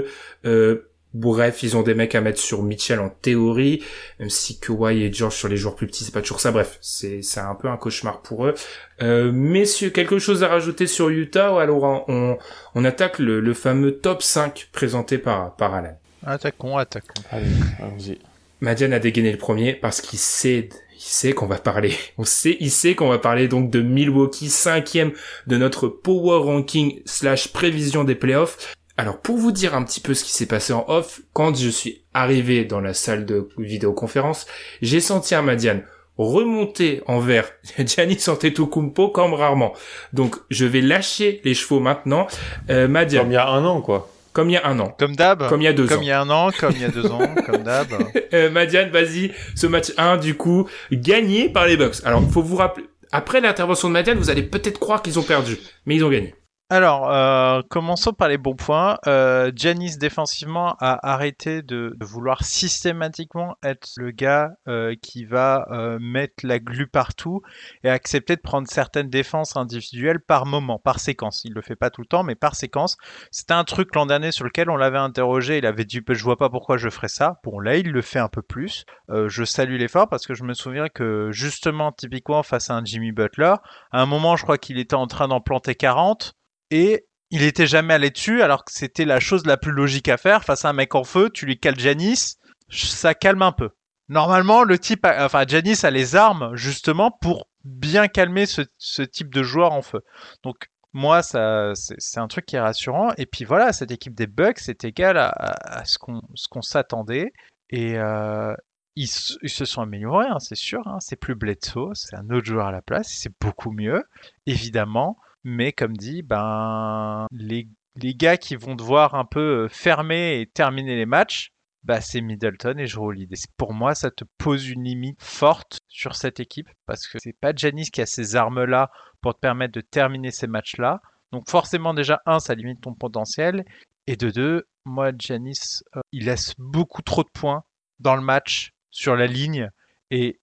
Bref, ils ont des mecs à mettre sur Mitchell en théorie, même si Kawhi et George sur les joueurs plus petits, c'est pas toujours ça. Bref, c'est un peu un cauchemar pour eux. Messieurs, quelque chose à rajouter sur Utah, ou alors on attaque le fameux top 5 présenté par Alan. Attaquons. Allez, allons-y. Madiane a dégainé le premier parce qu'il sait qu'on va parler. Il sait qu'on va parler donc de Milwaukee, 5e de notre power ranking / prévision des playoffs. Alors, pour vous dire un petit peu ce qui s'est passé en off, quand je suis arrivé dans la salle de vidéoconférence, j'ai senti un Madiane remonter envers Giannis Antetokounmpo comme rarement. Donc, je vais lâcher les chevaux maintenant. Madiane. Comme il y a un an, quoi. Comme il y a un an. Comme d'hab. Comme il y a 2 ans. Comme il y a un an, comme il y a 2 ans, comme d'hab. Madiane, vas-y. Ce match 1, du coup, gagné par les Bucks. Alors, il faut vous rappeler, après l'intervention de Madiane, vous allez peut-être croire qu'ils ont perdu. Mais ils ont gagné. Alors, commençons par les bons points. Giannis défensivement a arrêté de vouloir systématiquement être le gars qui va mettre la glu partout et accepter de prendre certaines défenses individuelles par moment, par séquence. Il le fait pas tout le temps, mais par séquence. C'était un truc l'an dernier sur lequel on l'avait interrogé. Il avait dit je vois pas pourquoi je ferais ça. Bon, là il le fait un peu plus. Je salue l'effort parce que je me souviens que justement, typiquement face à un Jimmy Butler, à un moment je crois qu'il était en train d'en planter 40. Et il était jamais allé dessus, alors que c'était la chose la plus logique à faire. Face à un mec en feu, tu lui cales Giannis, ça calme un peu. Normalement, Giannis a les armes, justement, pour bien calmer ce type de joueur en feu. Donc, moi, c'est un truc qui est rassurant. Et puis voilà, cette équipe des Bucks est égale à ce qu'on s'attendait. Et ils se sont améliorés, hein, c'est sûr. Hein. C'est plus Bledsoe, c'est un autre joueur à la place. C'est beaucoup mieux, évidemment. Mais comme dit, les gars qui vont devoir un peu fermer et terminer les matchs, c'est Middleton et Jrue Holiday. Pour moi, ça te pose une limite forte sur cette équipe parce que c'est pas Giannis qui a ces armes-là pour te permettre de terminer ces matchs-là. Donc forcément, déjà, ça limite ton potentiel. Et de 2, moi, Giannis, il laisse beaucoup trop de points dans le match, sur la ligne. Et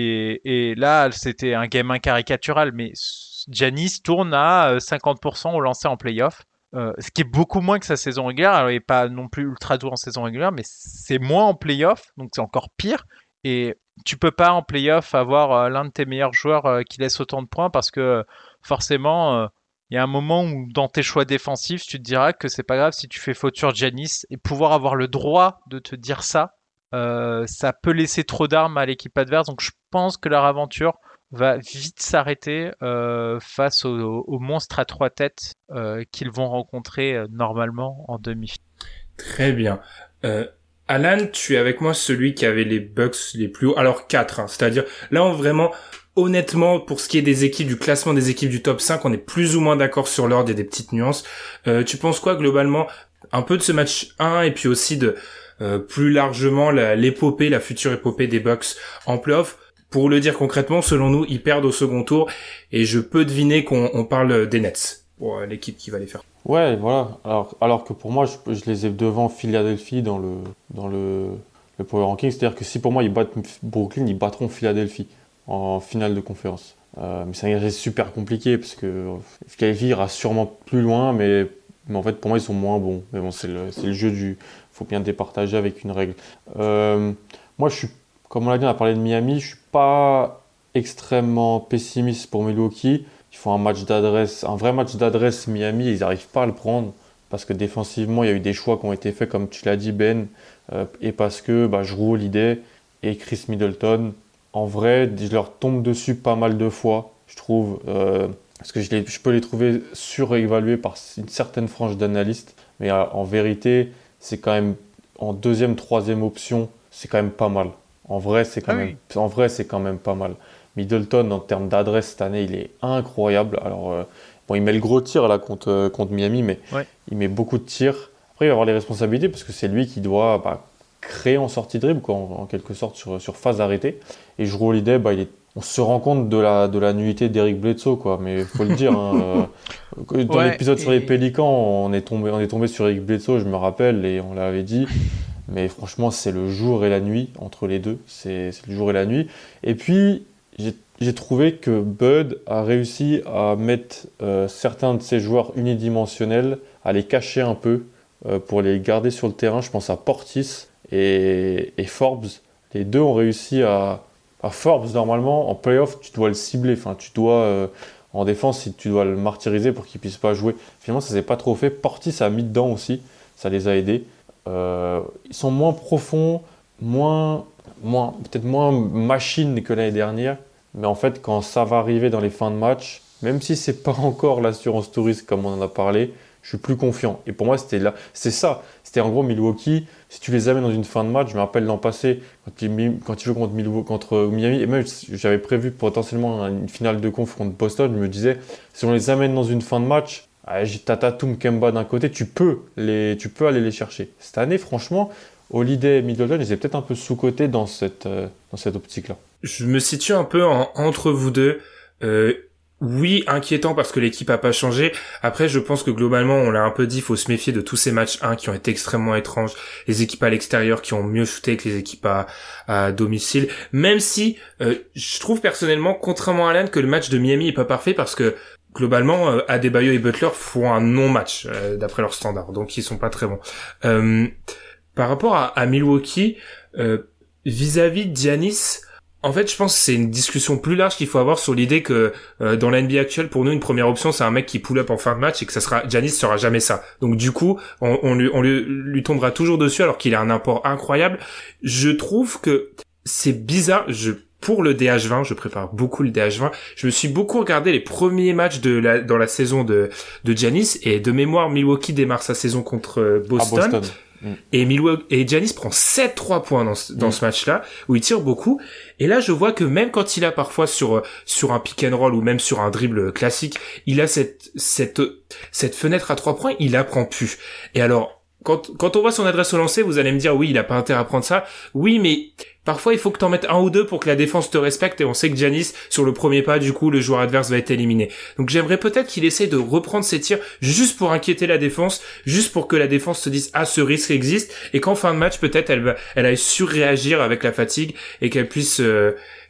là, c'était un game caricatural, mais Giannis tourne à 50% au lancer en play-off, ce qui est beaucoup moins que sa saison régulière. Alors, il n'est pas non plus ultra doux en saison régulière, mais c'est moins en play-off, donc c'est encore pire. Et tu peux pas en playoff avoir l'un de tes meilleurs joueurs qui laisse autant de points parce que forcément, il y a un moment où dans tes choix défensifs, tu te diras que c'est pas grave si tu fais faute sur Giannis et pouvoir avoir le droit de te dire ça, ça peut laisser trop d'armes à l'équipe adverse. Donc je pense que leur aventure va vite s'arrêter face aux monstres à 3 têtes qu'ils vont rencontrer normalement en demi-finale. Très bien. Alan, tu es avec moi celui qui avait les Bucks les plus hauts. Alors 4, hein, c'est-à-dire là vraiment, honnêtement, pour ce qui est des équipes, du classement des équipes du top 5, on est plus ou moins d'accord sur l'ordre, il y a des petites nuances. Tu penses quoi globalement, un peu de ce match 1 et puis aussi de plus largement l'épopée, la future épopée des Bucks en playoff? Pour le dire concrètement, selon nous, ils perdent au second tour et je peux deviner qu'on parle des Nets pour l'équipe qui va les faire. Ouais, voilà. Alors que pour moi, je les ai devant Philadelphie dans le power ranking. C'est-à-dire que si pour moi ils battent Brooklyn, ils battront Philadelphie en finale de conférence. Mais c'est un exercice super compliqué parce que Philadelphie ira sûrement plus loin, mais en fait pour moi ils sont moins bons. Mais bon, c'est le jeu faut bien départager avec une règle. Moi, comme on l'a dit, on a parlé de Miami. Je suis pas extrêmement pessimiste pour Milwaukee. Ils font un vrai match d'adresse Miami, ils n'arrivent pas à le prendre parce que défensivement, il y a eu des choix qui ont été faits, comme tu l'as dit Ben, et parce que Jrue Holiday et Chris Middleton, en vrai, je leur tombe dessus pas mal de fois, je trouve, parce que je peux les trouver surévalués par une certaine frange d'analystes, mais en vérité, c'est quand même, en deuxième, troisième option, c'est quand même pas mal. En vrai, c'est quand même pas mal. Middleton, en termes d'adresse cette année, il est incroyable. Alors, il met le gros tir là contre Miami, mais il met beaucoup de tirs. Après, il va avoir les responsabilités parce que c'est lui qui doit créer en sortie de dribble, quoi, en quelque sorte, sur phase arrêtée. Et Jrue Holiday, on se rend compte de la nullité d'Eric Bledsoe, quoi. Mais il faut le dire. Dans l'épisode sur les Pélicans, on est tombé sur Eric Bledsoe, je me rappelle, et on l'avait dit. Mais franchement, c'est le jour et la nuit entre les deux. C'est le jour et la nuit. Et puis, j'ai trouvé que Bud a réussi à mettre certains de ses joueurs unidimensionnels, à les cacher un peu pour les garder sur le terrain. Je pense à Portis et Forbes. Les deux ont réussi à Forbes, normalement, en playoff, tu dois le cibler. Enfin, en défense, tu dois le martyriser pour qu'il ne puisse pas jouer. Finalement, ça ne s'est pas trop fait. Portis a mis dedans aussi. Ça les a aidés. Ils sont moins profonds, peut-être moins machine que l'année dernière, mais en fait quand ça va arriver dans les fins de match, même si c'est pas encore l'assurance tout risque comme on en a parlé, je suis plus confiant. Et pour moi c'était en gros Milwaukee, si tu les amènes dans une fin de match, je me rappelle l'an passé quand ils jouent contre Miami, et même j'avais prévu potentiellement une finale de conf contre Boston, je me disais si on les amène dans une fin de match, j'ai Tatum, Kemba d'un côté, tu peux aller les chercher. Cette année, franchement, Holiday et Middleton, ils étaient peut-être un peu sous-cotés dans cette optique-là. Je me situe un peu entre vous deux. Oui, inquiétant parce que l'équipe a pas changé. Après, je pense que globalement, on l'a un peu dit, il faut se méfier de tous ces matchs 1 qui ont été extrêmement étranges. Les équipes à l'extérieur qui ont mieux shooté que les équipes à domicile. Même si, je trouve personnellement, contrairement à Alan, que le match de Miami est pas parfait parce que globalement, Adebayo et Butler font un non-match d'après leurs standards, donc ils sont pas très bons. Par rapport à Milwaukee, vis-à-vis de Giannis, en fait, je pense que c'est une discussion plus large qu'il faut avoir sur l'idée que dans la NBA actuelle, pour nous, une première option, c'est un mec qui pull up en fin de match et que Giannis sera jamais ça. Donc du coup, on lui tombera toujours dessus alors qu'il a un apport incroyable. Je trouve que c'est bizarre. Pour le DH20, je prépare beaucoup le DH20. Je me suis beaucoup regardé les premiers matchs dans la saison de Giannis, et de mémoire, Milwaukee démarre sa saison contre Boston. Et Giannis prend 7-3 points dans ce match-là, où il tire beaucoup. Et là, je vois que même quand il a parfois sur un pick and roll ou même sur un dribble classique, il a cette fenêtre à 3 points, il la prend plus. Et alors, quand on voit son adresse au lancer, vous allez me dire, oui, il a pas intérêt à prendre ça. Oui, mais parfois, il faut que t'en mettes un ou deux pour que la défense te respecte, et on sait que Giannis, sur le premier pas, du coup, le joueur adverse va être éliminé. Donc j'aimerais peut-être qu'il essaie de reprendre ses tirs juste pour inquiéter la défense, juste pour que la défense se dise, ce risque existe, et qu'en fin de match, peut-être, elle aille surréagir avec la fatigue, et qu'elle puisse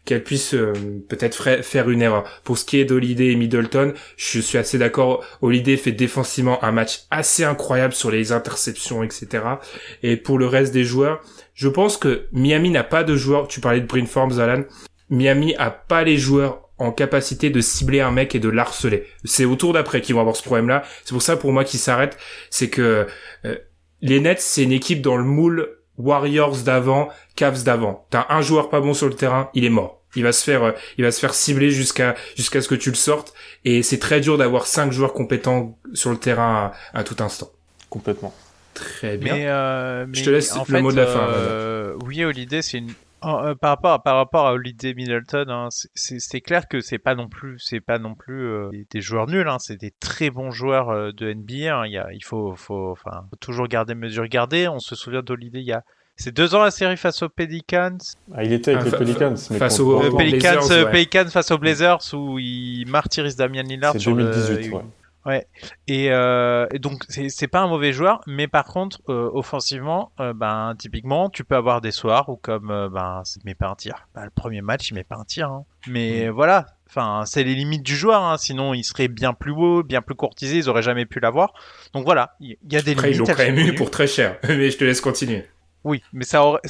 qu'elle puisse peut-être faire une erreur. Pour ce qui est d'Holiday et Middleton, je suis assez d'accord. Holiday fait défensivement un match assez incroyable sur les interceptions, etc. Et pour le reste des joueurs, je pense que Miami n'a pas de joueurs. Tu parlais de Bryn Forbes, Alan. Miami a pas les joueurs en capacité de cibler un mec et de l'harceler. C'est au tour d'après qu'ils vont avoir ce problème-là. C'est pour ça, pour moi, qu'ils s'arrêtent. C'est que les Nets, c'est une équipe dans le moule Warriors d'avant, Cavs d'avant. T'as un joueur pas bon sur le terrain, il est mort. Il va se faire cibler jusqu'à ce que tu le sortes. Et c'est très dur d'avoir 5 joueurs compétents sur le terrain à tout instant. Complètement. Très bien. Mais je te laisse le mot de la fin. Oui, Holiday, c'est une par rapport à Holiday Middleton, hein, c'est clair que c'est pas non plus des joueurs nuls, hein, c'est des très bons joueurs de NBA. Hein, il faut toujours garder. On se souvient d'Holiday c'est 2 ans la série face aux Pelicans. Ah, il était avec les Pelicans, mais face aux Pelicans, Blazers, Pelicans face aux Blazers où il martyrise Damian Lillard c'est sur 2018, ouais. Ouais. Et donc c'est pas un mauvais joueur, mais par contre offensivement, typiquement tu peux avoir des soirs où comme il met pas un tir. Le premier match il met pas un tir, hein. Mais voilà, enfin c'est les limites du joueur, hein. Sinon il serait bien plus haut, bien plus courtisé, ils auraient jamais pu l'avoir. Donc voilà, il y a des Après, limites. Ils l'ont quand même eu pour très cher, mais je te laisse continuer. Oui, mais ça aurait,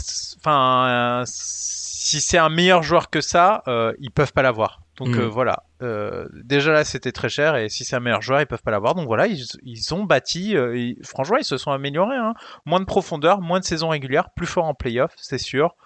si c'est un meilleur joueur que ça, ils peuvent pas l'avoir. Donc voilà. Déjà là, c'était très cher et si c'est un meilleur joueur, ils peuvent pas l'avoir. Donc voilà, ils ont bâti. Franchement, ils se sont améliorés. Hein. Moins de profondeur, moins de saison régulière, plus fort en playoff, c'est sûr.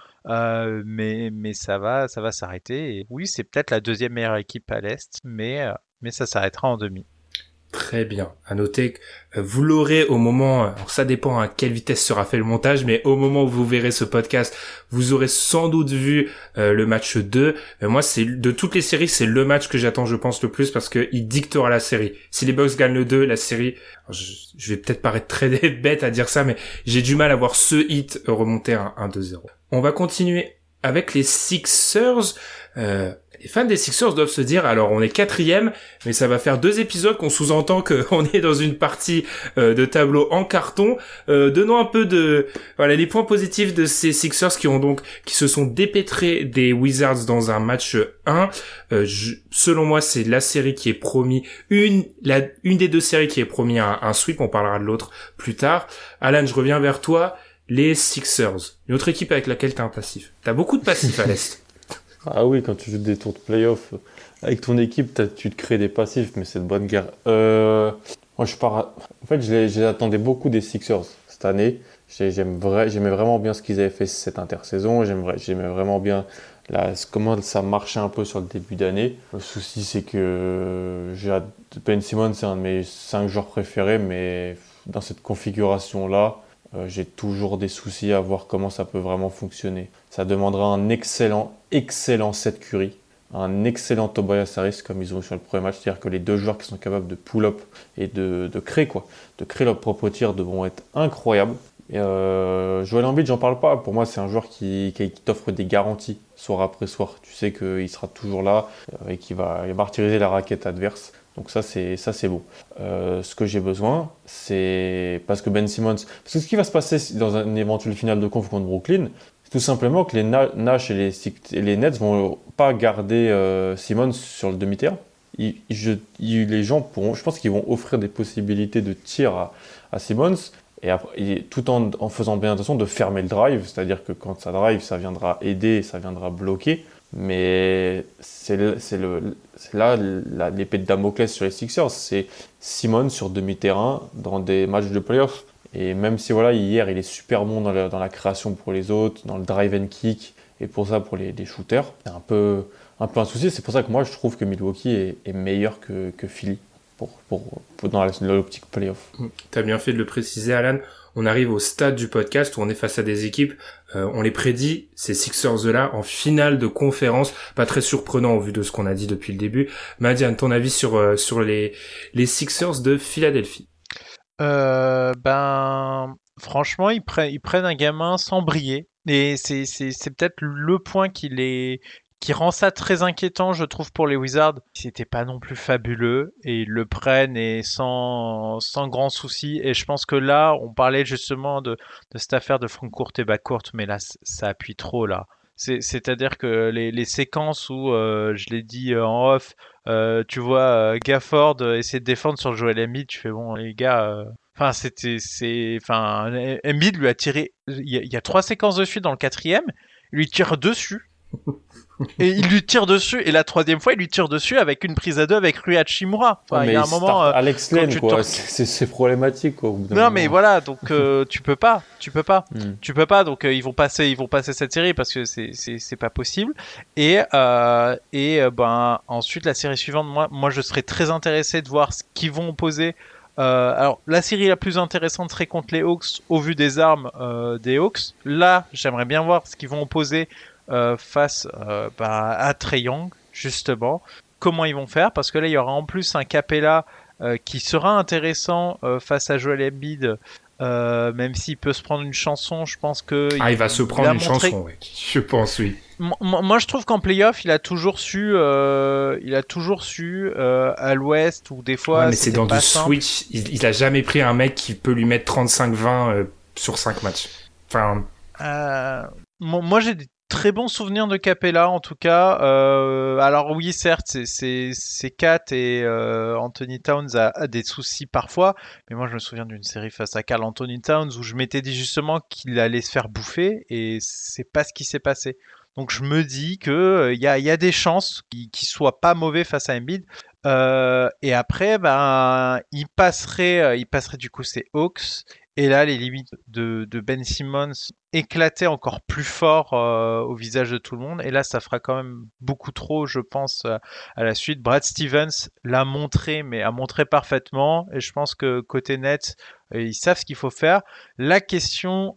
Mais ça va s'arrêter. Et oui, c'est peut-être la 2e meilleure équipe à l'est, mais ça s'arrêtera en demi. Très bien. À noter que vous l'aurez au moment, alors ça dépend à quelle vitesse sera fait le montage, mais au moment où vous verrez ce podcast, vous aurez sans doute vu le match 2. Moi, c'est de toutes les séries, c'est le match que j'attends, je pense, le plus parce que il dictera la série. Si les Bucks gagnent le 2, la série, je vais peut-être paraître très bête à dire ça, mais j'ai du mal à voir ce hit remonter à 1-2-0. On va continuer avec les Sixers. Les fans des Sixers doivent se dire, alors on est 4e, mais ça va faire 2 épisodes qu'on sous-entend qu'on est dans une partie de tableau en carton. Donnons un peu les points positifs de ces Sixers qui se sont dépêtrés des Wizards dans un match 1. Selon moi, c'est la série qui est promis, une des 2 séries qui est promis un sweep. On parlera de l'autre plus tard. Alan, je reviens vers toi. Les Sixers, une autre équipe avec laquelle t'as un passif. T'as beaucoup de passifs à l'Est. Ah oui, quand tu joues des tours de playoff, avec ton équipe, tu te crées des passifs, mais c'est de bonne guerre. Moi, En fait, je les attendais beaucoup des Sixers cette année. J'aimais vraiment bien ce qu'ils avaient fait cette intersaison. J'aimais vraiment bien comment ça marchait un peu sur le début d'année. Le souci, c'est que Ben Simmons, c'est un de mes 5 joueurs préférés, mais dans cette configuration-là, j'ai toujours des soucis à voir comment ça peut vraiment fonctionner. Ça demandera un excellent Seth Curry, un excellent Tobias Harris comme ils ont eu sur le premier match. C'est-à-dire que les 2 joueurs qui sont capables de pull-up et de créer leur propre tir devront être incroyables. Joel Embiid, j'en parle pas. Pour moi, c'est un joueur qui t'offre des garanties soir après soir. Tu sais qu'il sera toujours là et qu'il va martyriser la raquette adverse. Donc ça c'est bon. Ce que j'ai besoin, c'est parce que Ben Simmons, parce que ce qui va se passer dans une éventuelle finale de conf contre Brooklyn, c'est tout simplement que les Nash et les Nets vont pas garder Simmons sur le demi-terrain. Les gens pourront, je pense qu'ils vont offrir des possibilités de tir à Simmons. Et tout en faisant bien attention de fermer le drive, c'est-à-dire que quand ça drive, ça viendra aider, ça viendra bloquer. Mais c'est là l'épée de Damoclès sur les Sixers, c'est Simmons sur demi-terrain dans des matchs de playoff. Et même si hier il est super bon dans la création pour les autres, dans le drive and kick, et pour ça pour les shooters, c'est un peu un souci. C'est pour ça que moi je trouve que Milwaukee est meilleur que Philly dans l'optique playoff. T'as bien fait de le préciser, Alan. On arrive au stade du podcast où on est face à des équipes, on les prédit, ces Sixers-là, en finale de conférence. Pas très surprenant au vu de ce qu'on a dit depuis le début. Madiane, ton avis sur les Sixers de Philadelphie? Franchement, ils prennent un gamin sans briller. Et c'est peut-être le point qui rend ça très inquiétant, je trouve, pour les Wizards. C'était pas non plus fabuleux et ils le prennent et sans grand souci. Et je pense que là, on parlait justement de cette affaire de front court et back court, mais là, ça appuie trop là. C'est-à-dire que les séquences où, je l'ai dit en off, tu vois Gafford essayer de défendre sur Joel Embiid, tu fais bon les gars. Enfin, Embiid lui a tiré. Il y a 3 séquences de suite dans le 4e. Il lui tire dessus. Et il lui tire dessus. Et la 3e fois, il lui tire dessus avec une prise à 2 avec Rui Hachimura. Enfin, il y a un moment. Alex Len, quoi. C'est problématique, quoi. Non, mais voilà. Donc, tu peux pas. Tu peux pas. Donc, ils vont passer cette série parce que c'est pas possible. Et ensuite, la série suivante, moi, je serais très intéressé de voir ce qu'ils vont opposer. Alors, la série la plus intéressante serait contre les Hawks au vu des armes des Hawks. Là, j'aimerais bien voir ce qu'ils vont opposer face à Trae Young, justement. Comment ils vont faire, parce que là, il y aura en plus un Capella qui sera intéressant face à Joel Embiid, même s'il peut se prendre une chanson, je pense que... il va se prendre une chanson, ouais. Je pense, oui. Moi, je trouve qu'en playoff, il a toujours su à l'ouest, ou des fois... Ouais, mais c'est dans du switch. Il a jamais pris un mec qui peut lui mettre 35-20 sur 5 matchs. Enfin... moi, j'ai des très bons souvenirs de Capella, en tout cas. Alors oui, certes, c'est Kat et Anthony Towns a des soucis parfois, mais moi je me souviens d'une série face à Karl Anthony Towns où je m'étais dit justement qu'il allait se faire bouffer, et c'est pas ce qui s'est passé. Donc je me dis que il y a des chances qu'il soit pas mauvais face à Embiid. Et après, il passerait du coup ces Hawks. Et là, les limites de Ben Simmons éclataient encore plus fort au visage de tout le monde. Et là, ça fera quand même beaucoup trop, je pense, à la suite. Brad Stevens l'a montré, mais a montré parfaitement. Et je pense que côté Nets, ils savent ce qu'il faut faire. La question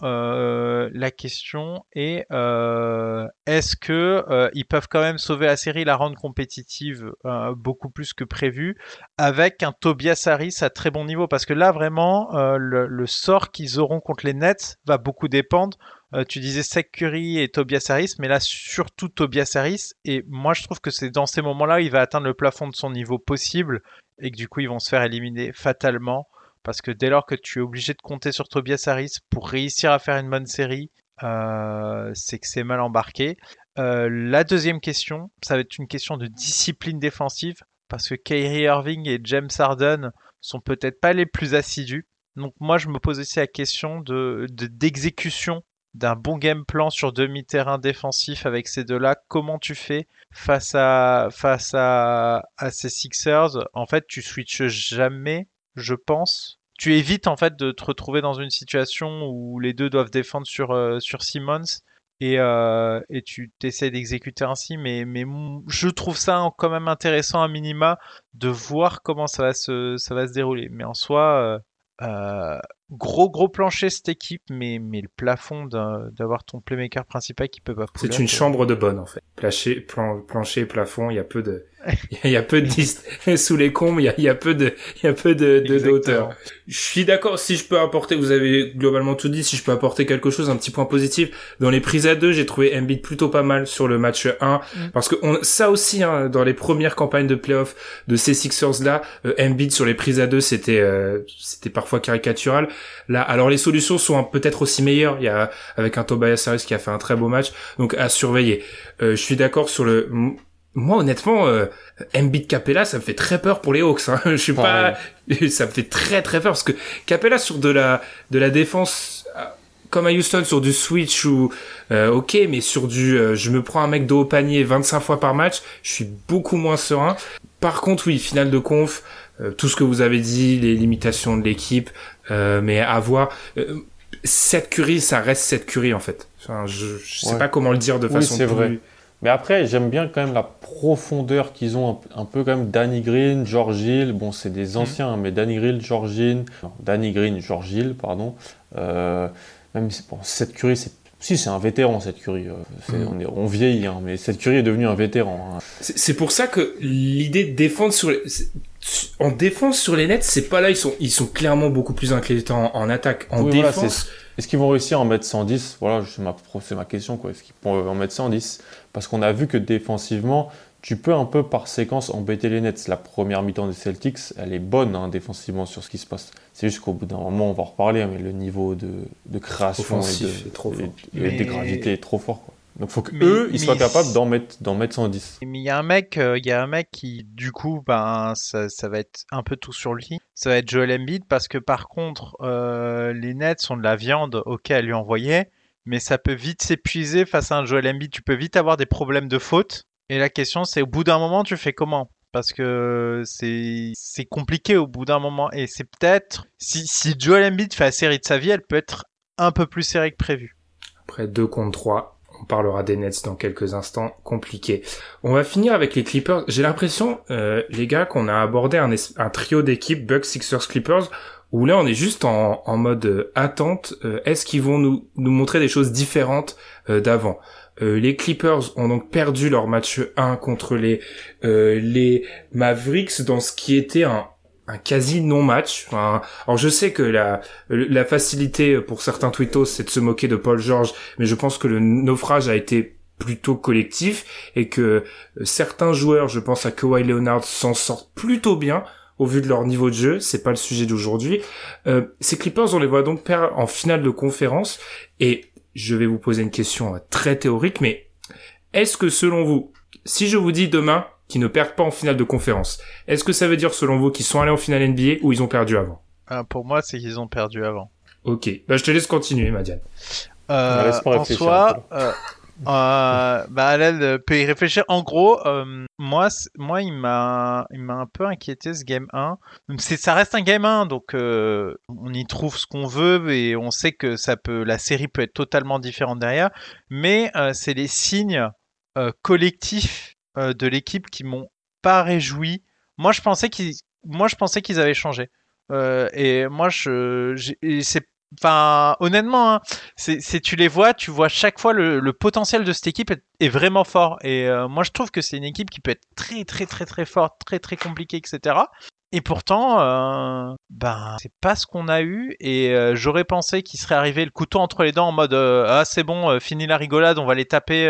est est-ce que ils peuvent quand même sauver la série, la rendre compétitive beaucoup plus que prévu, avec un Tobias Harris à très bon niveau, parce que là vraiment le sort qu'ils auront contre les Nets va beaucoup dépendre. Tu disais Seth Curry et Tobias Harris, mais là surtout Tobias Harris, et moi je trouve que c'est dans ces moments-là où il va atteindre le plafond de son niveau possible, et que du coup ils vont se faire éliminer fatalement. Parce que dès lors que tu es obligé de compter sur Tobias Harris pour réussir à faire une bonne série, c'est que c'est mal embarqué. La deuxième question, ça va être une question de discipline défensive, parce que Kyrie Irving et James Harden sont peut-être pas les plus assidus. Donc moi, je me pose aussi la question d'exécution d'un bon game plan sur demi-terrain défensif avec ces deux-là. Comment tu fais face à ces Sixers? En fait, tu switches jamais, je pense. Tu évites en fait de te retrouver dans une situation où les deux doivent défendre sur Simmons, et tu t'essaies d'exécuter ainsi, mais je trouve ça quand même intéressant à minima de voir comment ça va se dérouler. Mais en soi, gros plancher cette équipe, mais le plafond d'avoir ton playmaker principal qui peut pas pull up. C'est une chambre de bonne en fait. Plancher, plafond, il y a peu de sous les combes, il y a peu de hauteur. Je suis d'accord. Si je peux apporter, vous avez globalement tout dit. Si je peux apporter quelque chose, un petit point positif dans les prises à 2, j'ai trouvé Embiid plutôt pas mal sur le match 1, parce que ça aussi, hein, dans les premières campagnes de playoff de ces Sixers là, Embiid sur les prises à 2, c'était parfois caricatural. Là, alors les solutions sont peut-être aussi meilleures. Il y a avec un Tobias Harris qui a fait un très beau match, donc à surveiller. Je suis d'accord sur moi, honnêtement, Embiid Capella, ça me fait très peur pour les Hawks, hein. Je suis pas, ça me fait très très peur parce que Capella sur de la défense, comme à Houston, sur du switch ou, ok, mais sur je me prends un mec de haut panier 25 fois par match, je suis beaucoup moins serein. Par contre, oui, finale de conf, tout ce que vous avez dit, les limitations de l'équipe, mais à voir, Seth Curry, ça reste Seth Curry, en fait. Enfin, je sais pas comment le dire de façon c'est vrai. Mais après, j'aime bien quand même la profondeur qu'ils ont, un peu quand même. Danny Green, George Hill, bon, c'est des anciens, mais Danny Green, George Hill, même si, bon, Seth Curry, c'est un vétéran, Seth Curry. On vieillit, hein, mais Seth Curry est devenu un vétéran. Hein. C'est pour ça que l'idée de défendre en défense sur les Nets, c'est pas là, ils sont clairement beaucoup plus inquiétants en attaque. En défense. Voilà, est-ce qu'ils vont réussir à en mettre 110? Voilà, c'est ma question, quoi. Est-ce qu'ils pourront en mettre 110? Parce qu'on a vu que défensivement, tu peux un peu par séquence embêter les Nets. La première mi-temps des Celtics, elle est bonne, hein, défensivement sur ce qui se passe. C'est juste qu'au bout d'un moment, on va en reparler, hein, mais le niveau de création et de gravité est trop fort, quoi. Donc faut qu'eux, ils soient capables d'en mettre 110. Mais il y a un mec qui, du coup, ben, ça va être un peu tout sur lui. Ça va être Joel Embiid parce que par contre, les Nets sont de la viande, ok, à lui envoyer, mais ça peut vite s'épuiser face à un Joel Embiid. Tu peux vite avoir des problèmes de faute. Et la question, c'est au bout d'un moment, tu fais comment? Parce que c'est compliqué au bout d'un moment. Et c'est peut-être, si Joel Embiid fait la série de sa vie, elle peut être un peu plus serrée que prévu. Après 2 contre 3, on parlera des Nets dans quelques instants, compliqué. On va finir avec les Clippers. J'ai l'impression, les gars, qu'on a abordé un trio d'équipes, Bucks, Sixers, Clippers, où là on est juste en mode attente. Est-ce qu'ils vont nous montrer des choses différentes d'avant? Les Clippers ont donc perdu leur match 1 contre les Mavericks dans ce qui était un quasi non-match. Enfin, alors je sais que la facilité pour certains twittos, c'est de se moquer de Paul George, mais je pense que le naufrage a été plutôt collectif et que certains joueurs, je pense à Kawhi Leonard, s'en sortent plutôt bien au vu de leur niveau de jeu. C'est pas le sujet d'aujourd'hui. Ces Clippers, on les voit donc perdre en finale de conférence, et je vais vous poser une question très théorique, mais est-ce que selon vous, si je vous dis demain qu'ils ne perdent pas en finale de conférence, est-ce que ça veut dire selon vous qu'ils sont allés en finale NBA ou ils ont perdu avant? Pour moi, c'est qu'ils ont perdu avant. Ok, bah je te laisse continuer, Madiane. En soi, Alel peut y réfléchir. En gros, moi, il m'a un peu inquiété ce game 1. Ça reste un game 1, donc on y trouve ce qu'on veut et on sait que la série peut être totalement différente derrière. Mais c'est les signes collectifs de l'équipe qui m'ont pas réjoui. Moi, je pensais qu'ils avaient changé. Et moi, enfin, honnêtement, hein, tu les vois, tu vois chaque fois le potentiel de cette équipe est vraiment fort. Et moi, je trouve que c'est une équipe qui peut être très, très, très, très forte, très, très compliquée, etc. Et pourtant, c'est pas ce qu'on a eu. Et j'aurais pensé qu'il serait arrivé le couteau entre les dents en mode ah c'est bon, fini la rigolade, on va les taper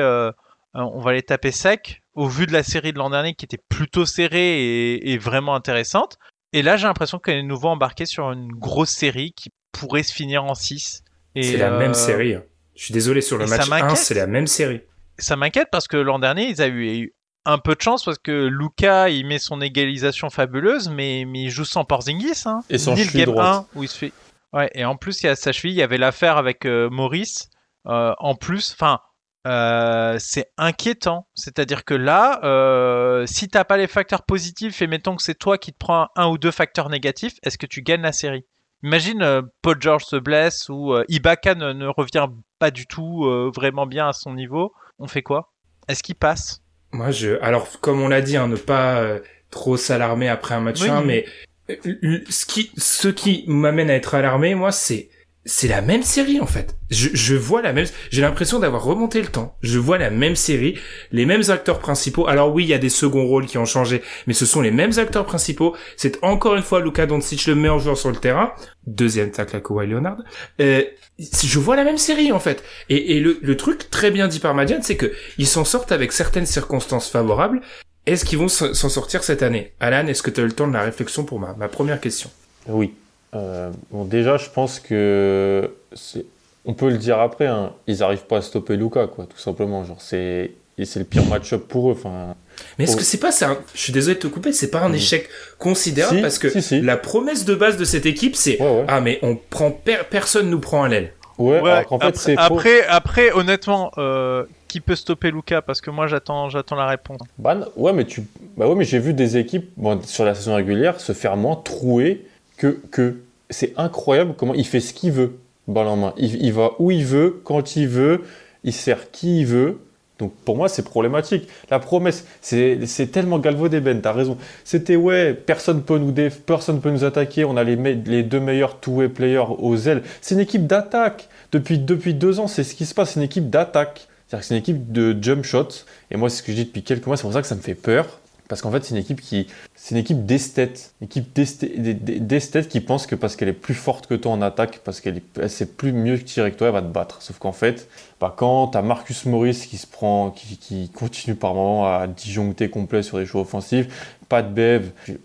sec. Au vu de la série de l'an dernier qui était plutôt serrée et vraiment intéressante. Et là, j'ai l'impression qu'on est de nouveau embarqué sur une grosse série qui pourrait se finir en 6. C'est la même série. Je suis désolé, sur le match 1, c'est la même série. Ça m'inquiète parce que l'an dernier, ils avaient eu un peu de chance parce que Luka, il met son égalisation fabuleuse, mais il joue sans Porzingis. Hein. Et sans cheville droite. Où il se fait... Ouais, et en plus, il y a sa cheville, il y avait l'affaire avec Maurice. En plus, c'est inquiétant. C'est-à-dire que là, si t'as pas les facteurs positifs et mettons que c'est toi qui te prends un ou deux facteurs négatifs, est-ce que tu gagnes la série? Imagine Paul George se blesse ou Ibaka ne revient pas du tout vraiment bien à son niveau. On fait quoi? Est-ce qu'il passe? Moi, alors comme on l'a dit, ne pas trop s'alarmer après un match 1, mais ce qui m'amène à être alarmé, moi, c'est la même série en fait. Je vois la même. J'ai l'impression d'avoir remonté le temps. Je vois la même série, les mêmes acteurs principaux. Alors oui, il y a des seconds rôles qui ont changé, mais ce sont les mêmes acteurs principaux. C'est encore une fois Luka Doncic, le meilleur joueur sur le terrain. Deuxième tacle à Kawhi Leonard. Je vois la même série en fait. Et le truc très bien dit par Madiane, c'est que ils s'en sortent avec certaines circonstances favorables. Est-ce qu'ils vont s'en sortir cette année? Alan, est-ce que tu as eu le temps de la réflexion pour ma première question? Oui. Bon, déjà, je pense que on peut le dire après, hein, ils n'arrivent pas à stopper Luka, quoi, tout simplement. Genre, c'est le pire match-up pour eux. Enfin, mais est-ce que c'est pas ça? Je suis désolé de te couper, c'est pas un échec considérable parce que la promesse de base de cette équipe, c'est ah mais on prend personne nous prend à l'aile. Ouais. Alors, en fait, c'est après, honnêtement, qui peut stopper Luka? Parce que moi, j'attends la réponse. Mais j'ai vu des équipes sur la saison régulière se faire moins trouer. Que c'est incroyable comment il fait ce qu'il veut, balle en main. Il va où il veut, quand il veut, il sert qui il veut. Donc pour moi, c'est problématique. La promesse, c'est tellement galvaudé, Ben, t'as raison. C'était personne peut nous attaquer, on a les deux meilleurs two-way players aux ailes. C'est une équipe d'attaque. Depuis 2 ans, c'est ce qui se passe, c'est une équipe d'attaque. C'est-à-dire que c'est une équipe de jump shot. Et moi, c'est ce que je dis depuis quelques mois, c'est pour ça que ça me fait peur. Parce qu'en fait, c'est une équipe d'esthètes. Une équipe d'esthètes qui pense que parce qu'elle est plus forte que toi en attaque, parce qu'elle sait plus mieux que tirer que toi, elle va te battre. Sauf qu'en fait, quand t'as Marcus Morris qui continue par moment à disjoncter complet sur des choix offensifs, Pat Bev,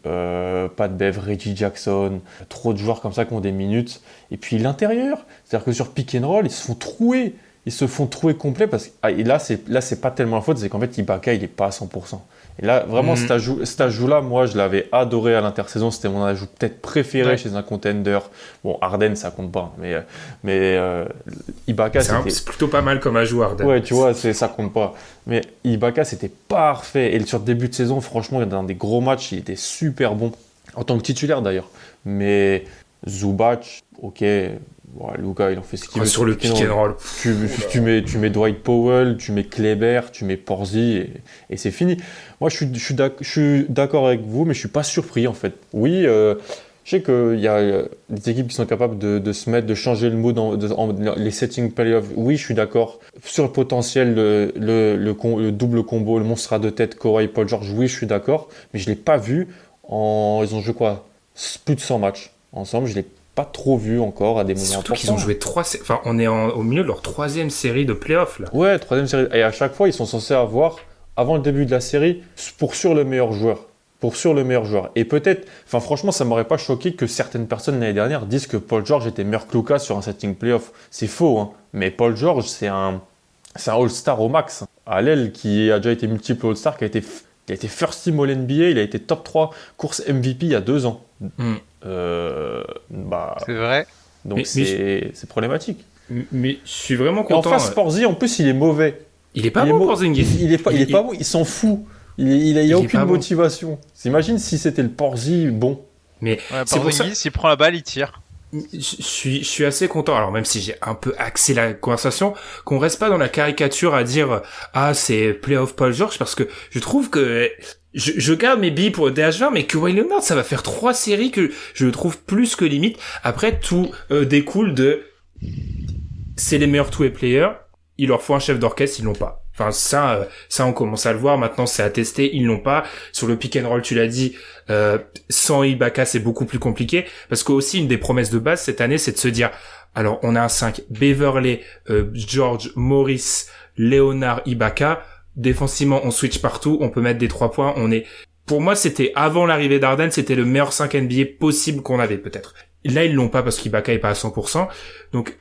Reggie Jackson, trop de joueurs comme ça qui ont des minutes. Et puis l'intérieur, c'est-à-dire que sur pick and roll, ils se font trouer. ils se font trouer complet parce que et là c'est pas tellement la faute, c'est qu'en fait Ibaka il est pas à 100%. Et là vraiment cet ajout-là, moi je l'avais adoré à l'intersaison, c'était mon ajout peut-être préféré chez un contender. Bon, Harden ça compte pas, mais Ibaka c'est plutôt pas mal comme ajout Harden. Ouais, tu vois, ça compte pas. Mais Ibaka c'était parfait et sur le début de saison, franchement dans des gros matchs, il était super bon en tant que titulaire d'ailleurs. Mais Zubac, ok. Bon, Luka, il en fait ce qu'il veut. Sur le pick and roll. Tu mets Dwight Powell, tu mets Kleber, tu mets Porzi et c'est fini. Moi, je suis d'accord avec vous, mais je suis pas surpris en fait. Oui, je sais qu'il y a des équipes qui sont capables de se mettre, de changer le mood dans les settings playoffs. Oui, je suis d'accord. Sur le potentiel, le double combo, le monstre à deux têtes, Kawhi, Paul George, oui, je suis d'accord. Mais je l'ai pas vu ils ont joué quoi ? Plus de 100 matchs ensemble. Je l'ai pas trop vu encore à des moments surtout importants. Qu'ils ont joué on est au milieu de leur 3e série de playoffs là. Ouais, 3e série. Et à chaque fois, ils sont censés avoir, avant le début de la série, pour sûr le meilleur joueur. Et peut-être, franchement, ça m'aurait pas choqué que certaines personnes l'année dernière disent que Paul George était meilleur que Luka sur un setting playoff. C'est faux, hein. Mais Paul George, c'est un All-Star au max. À l'aile, qui a déjà été multiple All-Star, il a été first team All-NBA, il a été top 3 course MVP il y a 2 ans. C'est vrai. Donc c'est problématique. Mais je suis vraiment content. Et en face, Porzi, en plus, il est mauvais. Il est pas bon, Porzingis. Il est pas bon, il s'en fout. Il a aucune motivation. Imagine si c'était le Porzi bon. Mais c'est pour ça. S'il prend la balle, il tire. Je suis assez content, alors même si j'ai un peu axé la conversation, qu'on reste pas dans la caricature à dire c'est playoff Paul George, parce que je trouve que je garde mes billes pour DH20, mais que Kawhi Leonard, ça va faire 3 séries que je trouve plus que limite. Après, tout découle de c'est les meilleurs two-way players, il leur faut un chef d'orchestre, ils l'ont pas. Enfin, ça, on commence à le voir. Maintenant, c'est à tester. Ils l'ont pas. Sur le pick and roll, tu l'as dit, sans Ibaka, c'est beaucoup plus compliqué. Parce que aussi, une des promesses de base cette année, c'est de se dire, alors, on a un 5, Beverley, George, Morris, Leonard, Ibaka. Défensivement, on switch partout. On peut mettre des 3 points. Pour moi, c'était avant l'arrivée d'Harden, c'était le meilleur 5 NBA possible qu'on avait, peut-être. Là, ils l'ont pas parce qu'Ibaka est pas à 100%. Donc,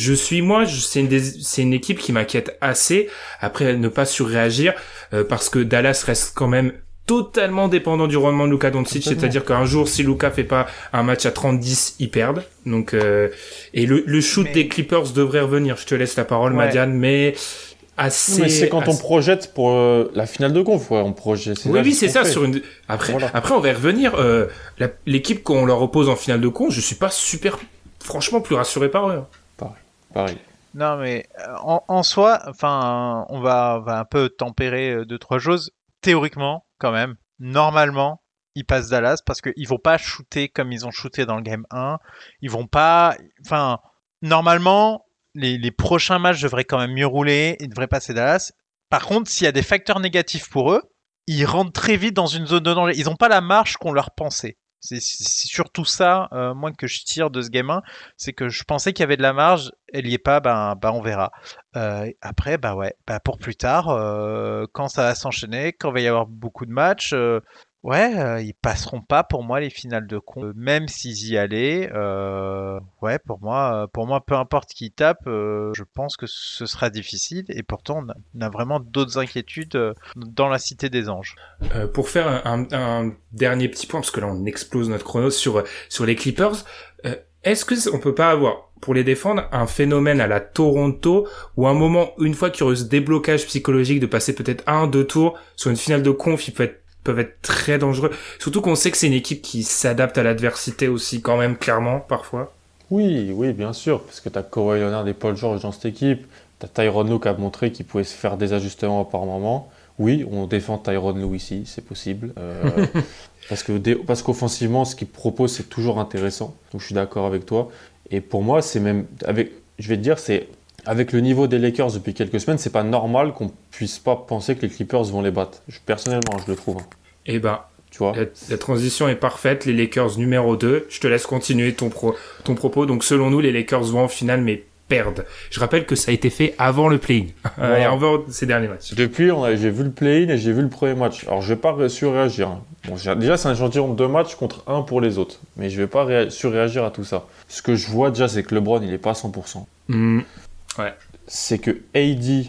c'est une équipe qui m'inquiète assez. Après, ne pas surréagir, parce que Dallas reste quand même totalement dépendant du rendement de Luka Doncic, c'est-à-dire qu'un jour, si Luka fait pas un match à 30-10, ils perdent. Donc, et le shoot des Clippers devrait revenir. Je te laisse la parole, Madiane, mais c'est quand on projette pour la finale de conf, on projette. Oui, c'est ça. Après, on va y revenir. L'équipe qu'on leur oppose en finale de conf, je suis pas franchement, plus rassuré par eux. Pareil. Non, mais en soi, on va un peu tempérer 2-3 choses. Théoriquement, quand même, normalement, ils passent Dallas parce qu'ils vont pas shooter comme ils ont shooté dans le game 1. Ils vont pas... normalement, les prochains matchs devraient quand même mieux rouler. Ils devraient passer Dallas. Par contre, s'il y a des facteurs négatifs pour eux, ils rentrent très vite dans une zone de danger. Ils n'ont pas la marge qu'on leur pensait. C'est surtout ça, moi, que je tire de ce game 1, c'est que je pensais qu'il y avait de la marge, elle y est pas, on verra. Après, pour plus tard, quand ça va s'enchaîner, quand il va y avoir beaucoup de matchs, ils passeront pas pour moi les finales de con, même s'ils y allaient. Pour moi, peu importe qui tape, je pense que ce sera difficile. Et pourtant, on a vraiment d'autres inquiétudes dans la Cité des Anges. Pour faire un dernier petit point, parce que là on explose notre chrono sur les Clippers, est-ce que on peut pas avoir, pour les défendre, un phénomène à la Toronto, où un moment, une fois qu'il y aurait ce déblocage psychologique de passer peut-être 1-2 tours sur une finale de conf, ils peuvent être très dangereux. Surtout qu'on sait que c'est une équipe qui s'adapte à l'adversité aussi, quand même, clairement, parfois. Oui, bien sûr, parce que t'as Kawhi Leonard et Paul George dans cette équipe, t'as Tyronn Lue qui a montré qu'il pouvait se faire des ajustements par moment. Oui, on défend Tyronn Lue ici, c'est possible. Parce qu'offensivement, ce qu'il propose, c'est toujours intéressant. Donc je suis d'accord avec toi. Et pour moi, c'est même... Avec le niveau des Lakers depuis quelques semaines, c'est pas normal qu'on puisse pas penser que les Clippers vont les battre. Personnellement, je le trouve. Eh ben, tu vois, la transition est parfaite. Les Lakers numéro 2. Je te laisse continuer ton propos. Donc, selon nous, les Lakers vont en finale, mais perdent. Je rappelle que ça a été fait avant le play-in. Voilà. Et avant ces derniers matchs. Depuis, j'ai vu le play-in et j'ai vu le premier match. Alors, je vais pas surréagir. Bon, déjà, c'est un échantillon de 2 matchs contre 1 pour les autres. Mais je vais pas surréagir à tout ça. Ce que je vois déjà, c'est que LeBron, il est pas à 100%. Ouais. c'est que AD,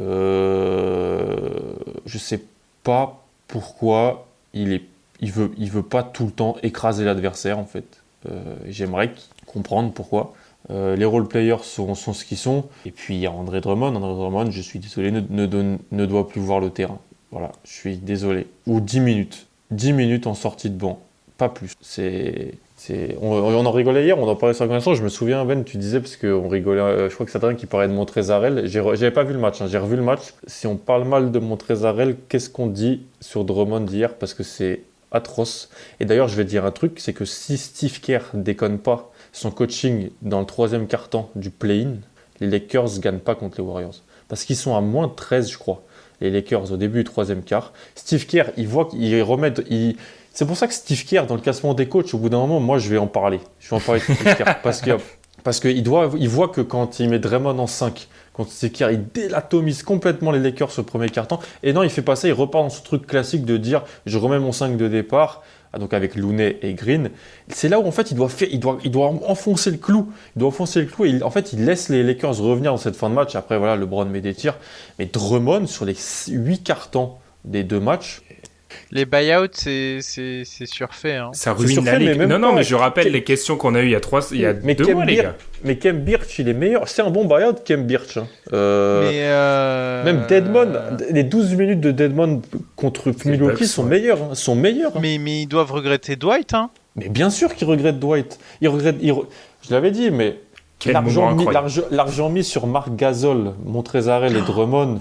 je sais pas pourquoi il veut pas tout le temps écraser l'adversaire en fait. J'aimerais comprendre pourquoi. Les role players sont ce qu'ils sont. Et puis il y a André Drummond. André Drummond, je suis désolé, ne doit plus voir le terrain. Voilà, je suis désolé. Ou 10 minutes. 10 minutes en sortie de banc. Pas plus. On en rigolait hier, on en parlait sur la conversation. Je me souviens, Ben, tu disais, parce qu'on rigolait, je crois que c'est Adrien qui parlait de Montrezarel. J'avais pas vu le match, j'ai revu le match. Si on parle mal de Montrezarel, qu'est-ce qu'on dit sur Drummond d'hier? Parce que c'est atroce. Et d'ailleurs, je vais te dire un truc, c'est que si Steve Kerr déconne pas son coaching dans le 3e quart-temps du play-in, les Lakers gagnent pas contre les Warriors. Parce qu'ils sont à moins 13, je crois, les Lakers au début du 3e quart. Steve Kerr, il voit qu'ils remettent... C'est pour ça que Steve Kerr, dans le classement des coachs, au bout d'un moment, moi, je vais en parler. Je vais en parler de Steve Kerr. Parce qu'il voit que quand il met Draymond en 5, quand Steve Kerr, il délatomise complètement les Lakers au premier quart-temps. Et non, il fait pas ça, il repart dans ce truc classique de dire « je remets mon 5 de départ ». Donc avec Looney et Green, c'est là où en fait il doit enfoncer le clou. Il doit enfoncer le clou et en fait il laisse les Lakers revenir dans cette fin de match. Après voilà, LeBron met des tirs. Mais Drummond, sur les 8 cartons des 2 matchs... Les buyouts, c'est surfait. Hein. Ça ruine la ligue. Non, mais je rappelle les questions qu'on a eues il y a 2 mois, les gars. Mais Kem Birch, il est meilleur. C'est un bon buyout, Kem Birch. Hein. Même Deadmon, les 12 minutes de Deadmon contre Milwaukee sont meilleures. Hein. Sont meilleures. Mais ils doivent regretter Dwight. Hein. Mais bien sûr qu'ils regrettent Dwight. Je l'avais dit, mais l'argent mis sur Marc Gasol, Montrezarel et Drummond...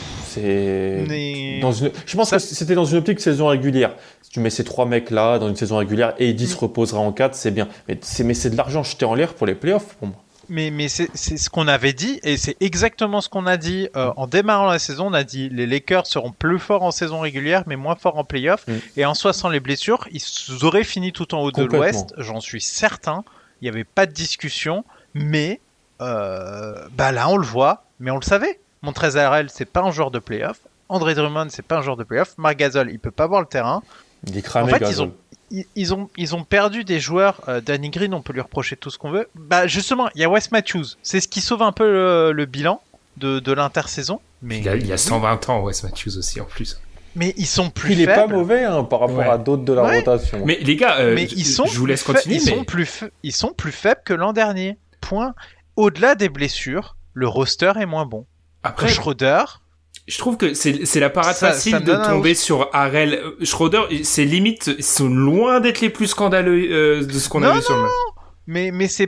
Je pense que c'était dans une optique saison régulière. Si tu mets ces 3 mecs-là dans une saison régulière et Eddie se reposera en 4, c'est bien. Mais c'est de l'argent jeté en l'air pour les playoffs, pour moi. Mais c'est ce qu'on avait dit, et c'est exactement ce qu'on a dit en démarrant la saison. On a dit les Lakers seront plus forts en saison régulière, mais moins forts en playoffs. Et en soi, sans les blessures, ils auraient fini tout en haut de l'Ouest. J'en suis certain. Il n'y avait pas de discussion. Mais là, on le voit. Mais on le savait. Montrezarel, c'est pas un joueur de playoff. André Drummond, c'est pas un joueur de playoff. Marc Gasol, il peut pas voir le terrain. Il est cramé, en fait, Gasol. Ils ont perdu des joueurs. Danny Green, on peut lui reprocher tout ce qu'on veut. Justement, il y a Wes Matthews. C'est ce qui sauve un peu le bilan de l'intersaison. Mais il a 120 ans, Wes Matthews aussi, en plus. Mais ils sont plus faibles. Il est pas mauvais par rapport à d'autres de la rotation. Mais les gars, je vous laisse continuer. Ils sont plus faibles que l'an dernier. Point. Au-delà des blessures, le roster est moins bon. Après, Schroeder, je trouve que c'est la parade facile de tomber sur Harrell. Schroeder, ses limites sont loin d'être les plus scandaleux de ce qu'on a vu sur le match. Mais c'est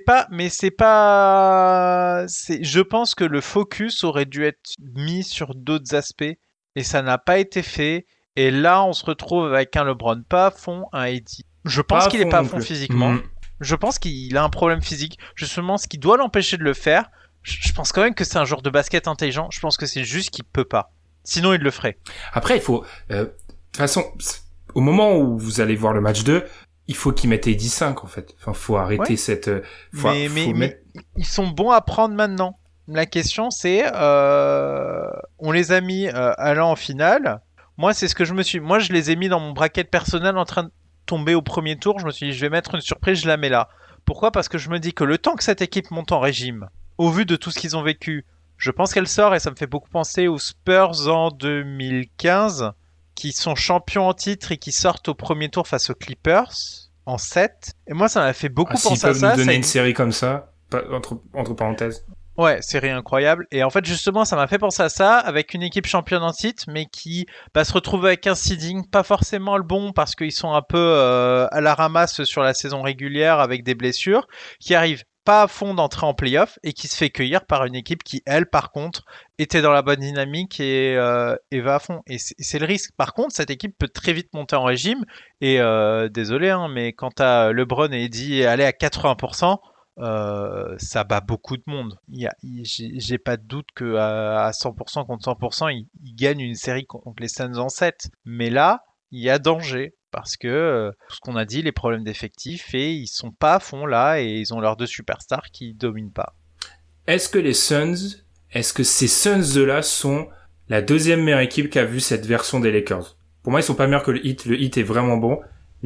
pas. Je pense que le focus aurait dû être mis sur d'autres aspects et ça n'a pas été fait. Et là, on se retrouve avec un LeBron pas à fond, un AD. Je pense qu'il est pas à fond physiquement. Je pense qu'il a un problème physique. Justement, ce qui doit l'empêcher de le faire. Je pense quand même que c'est un joueur de basket intelligent. Je pense que c'est juste qu'il peut pas. Sinon, il le ferait. Après, il faut... de toute façon, au moment où vous allez voir le match 2, il faut qu'ils mettent AD 5, en fait. Enfin, faut arrêter cette... Mais ils sont bons à prendre maintenant. La question, c'est... on les a mis allant en finale. Moi, c'est ce que je me suis... Moi, je les ai mis dans mon bracket personnel en train de tomber au premier tour. Je me suis dit, je vais mettre une surprise, je la mets là. Pourquoi ? Parce que je me dis que le temps que cette équipe monte en régime... Au vu de tout ce qu'ils ont vécu, je pense qu'elle sort et ça me fait beaucoup penser aux Spurs en 2015 qui sont champions en titre et qui sortent au premier tour face aux Clippers en 7. Et moi, ça m'a fait beaucoup penser à ça. S'ils peuvent nous donner une série comme ça, entre parenthèses. Ouais, série incroyable. Et en fait, justement, ça m'a fait penser à ça avec une équipe championne en titre, mais qui se retrouve avec un seeding pas forcément le bon parce qu'ils sont un peu à la ramasse sur la saison régulière avec des blessures, qui arrivent pas à fond d'entrer en play-off et qui se fait cueillir par une équipe qui, elle, par contre, était dans la bonne dynamique et va à fond. Et c'est le risque. Par contre, cette équipe peut très vite monter en régime et désolé, mais quand t'as LeBron et Eddie aller à 80%, ça bat beaucoup de monde. J'ai pas de doute que à 100% contre 100%, ils gagnent une série contre les Suns en 7. Mais là, il y a danger. Parce que, tout ce qu'on a dit, les problèmes d'effectifs, et ils sont pas à fond là, et ils ont leurs 2 superstars qui dominent pas. Est-ce que ces Suns-là sont la 2e meilleure équipe qui a vu cette version des Lakers ? Pour moi, ils sont pas meilleurs que le Heat. Le Heat est vraiment bon, mais je suis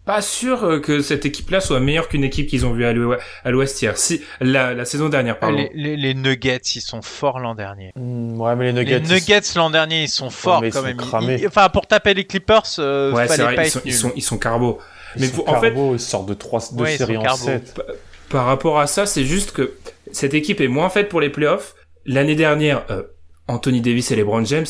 pas sûr que cette équipe-là soit meilleure qu'une équipe qu'ils ont vue à l'Ouest hier. Si, la saison dernière, pardon. Les Nuggets, ils sont forts l'an dernier. Ouais, mais les Nuggets l'an dernier, ils sont forts mais quand ils même. sont cramés. Enfin, pour taper les Clippers, Ouais, c'est fallait vrai, pas être nul. ils sont carbo. Mais en fait, ils sortent de Ouais, séries ils sont en carbo. 7. Par rapport à ça, c'est juste que cette équipe est moins faite pour les playoffs. L'année dernière, Anthony Davis et LeBron James,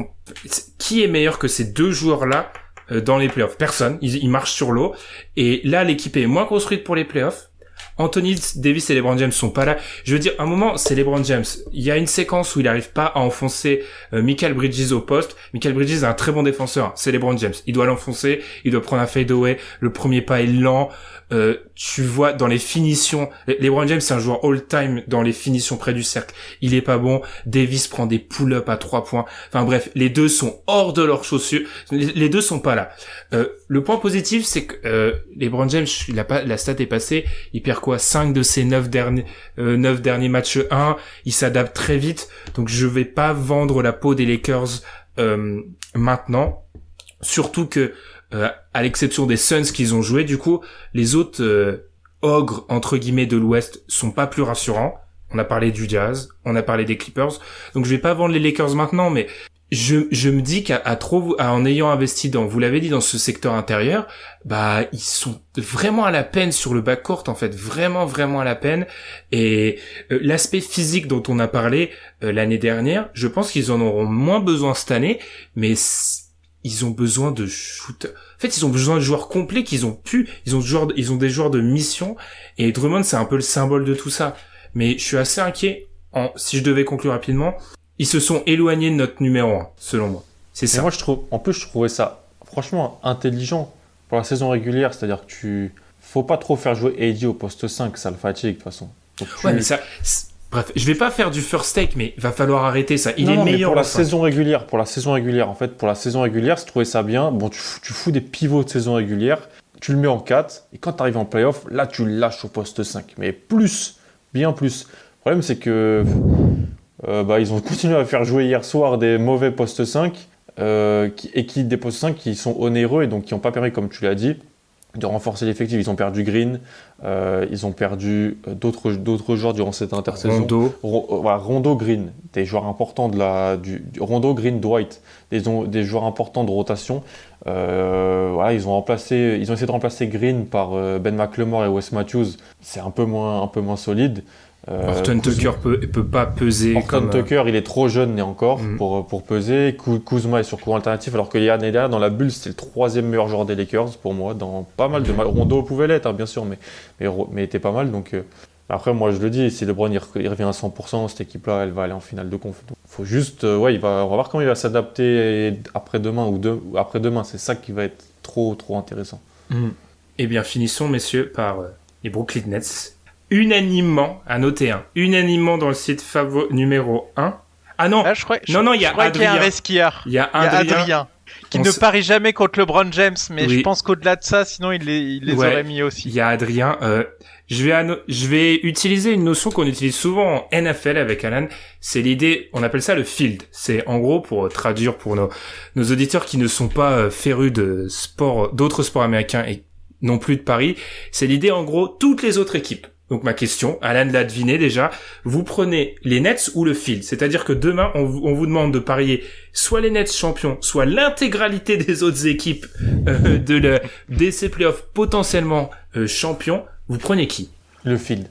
qui est meilleur que ces deux joueurs-là dans les playoffs? Personne. Ils marchent sur l'eau. Et là, l'équipe est moins construite pour les playoffs. Anthony Davis et LeBron James sont pas là. Je veux dire, à un moment, c'est LeBron James. Il y a une séquence où il arrive pas à enfoncer Mikal Bridges au poste. Mikal Bridges est un très bon défenseur. C'est LeBron James. Il doit l'enfoncer. Il doit prendre un fadeaway. Le premier pas est lent. Tu vois dans les finitions, LeBron James c'est un joueur all-time dans les finitions près du cercle. Il est pas bon. Davis prend des pull-ups à 3 points. Enfin bref, les deux sont hors de leurs chaussures. Les deux sont pas là. Le point positif, c'est que LeBron James, la stat est passée. Il perd quoi 5 de ses 9 derniers matchs 1. Il s'adapte très vite. Donc je vais pas vendre la peau des Lakers maintenant. Surtout que à l'exception des Suns qu'ils ont joué, du coup, les autres ogres entre guillemets de l'Ouest sont pas plus rassurants. On a parlé du Jazz, on a parlé des Clippers. Donc je vais pas vendre les Lakers maintenant, mais je me dis en ayant investi vous l'avez dit, dans ce secteur intérieur, bah ils sont vraiment à la peine sur le backcourt en fait, vraiment à la peine. Et l'aspect physique dont on a parlé l'année dernière, je pense qu'ils en auront moins besoin cette année, mais ils ont besoin de shooters. En fait, ils ont besoin de joueurs complets ils ont des joueurs de mission, et Drummond, c'est un peu le symbole de tout ça. Mais je suis assez inquiet, si je devais conclure rapidement, ils se sont éloignés de notre numéro 1, selon moi. C'est ça. Et moi, je trouvais ça, franchement, intelligent pour la saison régulière, c'est-à-dire que faut pas trop faire jouer AD au poste 5, ça le fatigue, de toute façon. Ouais, mais ça, bref, je vais pas faire du first take, mais va falloir arrêter ça. Il est meilleur pour la saison régulière, en fait, pour la saison régulière, je trouvais ça bien. Bon, tu fous des pivots de saison régulière, tu le mets en 4, et quand tu arrives en playoff, là, tu le lâches au poste 5. Mais bien plus. Le problème, c'est que ils ont continué à faire jouer hier soir des mauvais postes 5, des postes 5 qui sont onéreux et donc qui n'ont pas permis, comme tu l'as dit, de renforcer l'effectif. Ils ont perdu Green, ils ont perdu d'autres joueurs durant cette intersaison. Rondo, Green, des joueurs importants Rondo, Green, Dwight, des joueurs importants de rotation. Ils ont essayé de remplacer Green par Ben McLemore et Wes Matthews. C'est un peu moins solide. Horton Tucker peut pas peser. Horton Tucker, il est trop jeune encore pour peser. Kuzma est sur courant alternatif, alors que l'année dernière, dans la bulle, c'était le 3e meilleur joueur des Lakers pour moi. Dans pas mal de matchs. Rondo pouvait l'être, hein, bien sûr, mais était pas mal. Donc après, moi je le dis, si LeBron il revient à 100%, cette équipe-là, elle va aller en finale de conf. Donc, faut juste, on va voir comment il va s'adapter après-demain après-demain. C'est ça qui va être trop intéressant. Eh bien, finissons, messieurs, par les Brooklyn Nets. Unanimement, à noter unanimement dans le site numéro 1. Ah non, il y a Adrien. Qu'il y a un resquilleur. Il y a Adrien. Qui ne parie jamais contre LeBron James, mais je pense qu'au-delà de ça, sinon il les aurait mis aussi. Il y a Adrien. Je vais utiliser une notion qu'on utilise souvent en NFL avec Alan. C'est l'idée, on appelle ça le field. C'est en gros, pour traduire pour nos auditeurs qui ne sont pas férus de d'autres sports américains et non plus de paris, c'est l'idée en gros, toutes les autres équipes. Donc ma question, Alan l'a deviné déjà, vous prenez les Nets ou le field, c'est-à-dire que demain on vous demande de parier soit les Nets champions, soit l'intégralité des autres équipes de DC Playoffs potentiellement champions, vous prenez qui? Le field.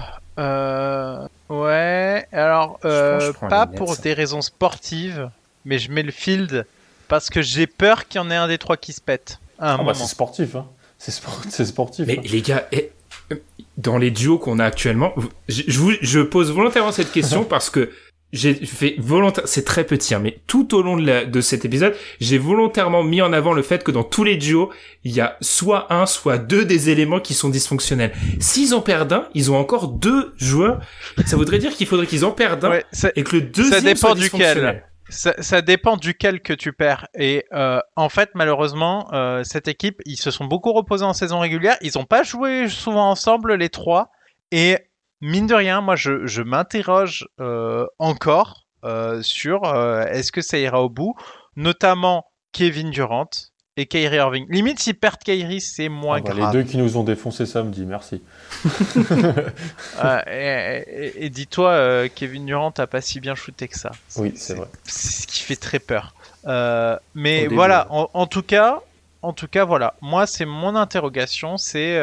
Ouais, alors pas pour Nets, des raisons sportives, mais je mets le field parce que j'ai peur qu'il y en ait un des trois qui se pète à un moment. C'est sportif, hein. C'est sportif. Mais les gars, dans les duos qu'on a actuellement, je pose volontairement cette question parce que j'ai fait c'est très petit, hein, mais tout au long de cet épisode, j'ai volontairement mis en avant le fait que dans tous les duos, il y a soit un, soit deux des éléments qui sont dysfonctionnels. S'ils en perdent un, ils ont encore deux joueurs. Ça voudrait dire qu'il faudrait qu'ils en perdent un et que le deuxième soit dysfonctionnel. Ça dépend duquel que tu perds. Et en fait, malheureusement, cette équipe, ils se sont beaucoup reposés en saison régulière. Ils n'ont pas joué souvent ensemble, les trois. Et mine de rien, moi, je m'interroge encore sur est-ce que ça ira au bout. Notamment Kevin Durant. et Kyrie Irving. Limite, s'ils perdent Kyrie, c'est moins grave. Les deux qui nous ont défoncé samedi, merci. Et dis-toi, Kevin Durant n'a pas si bien shooté que ça. Oui, c'est vrai. C'est ce qui fait très peur. Mais voilà, en tout cas, voilà. Moi, c'est mon interrogation. S'ils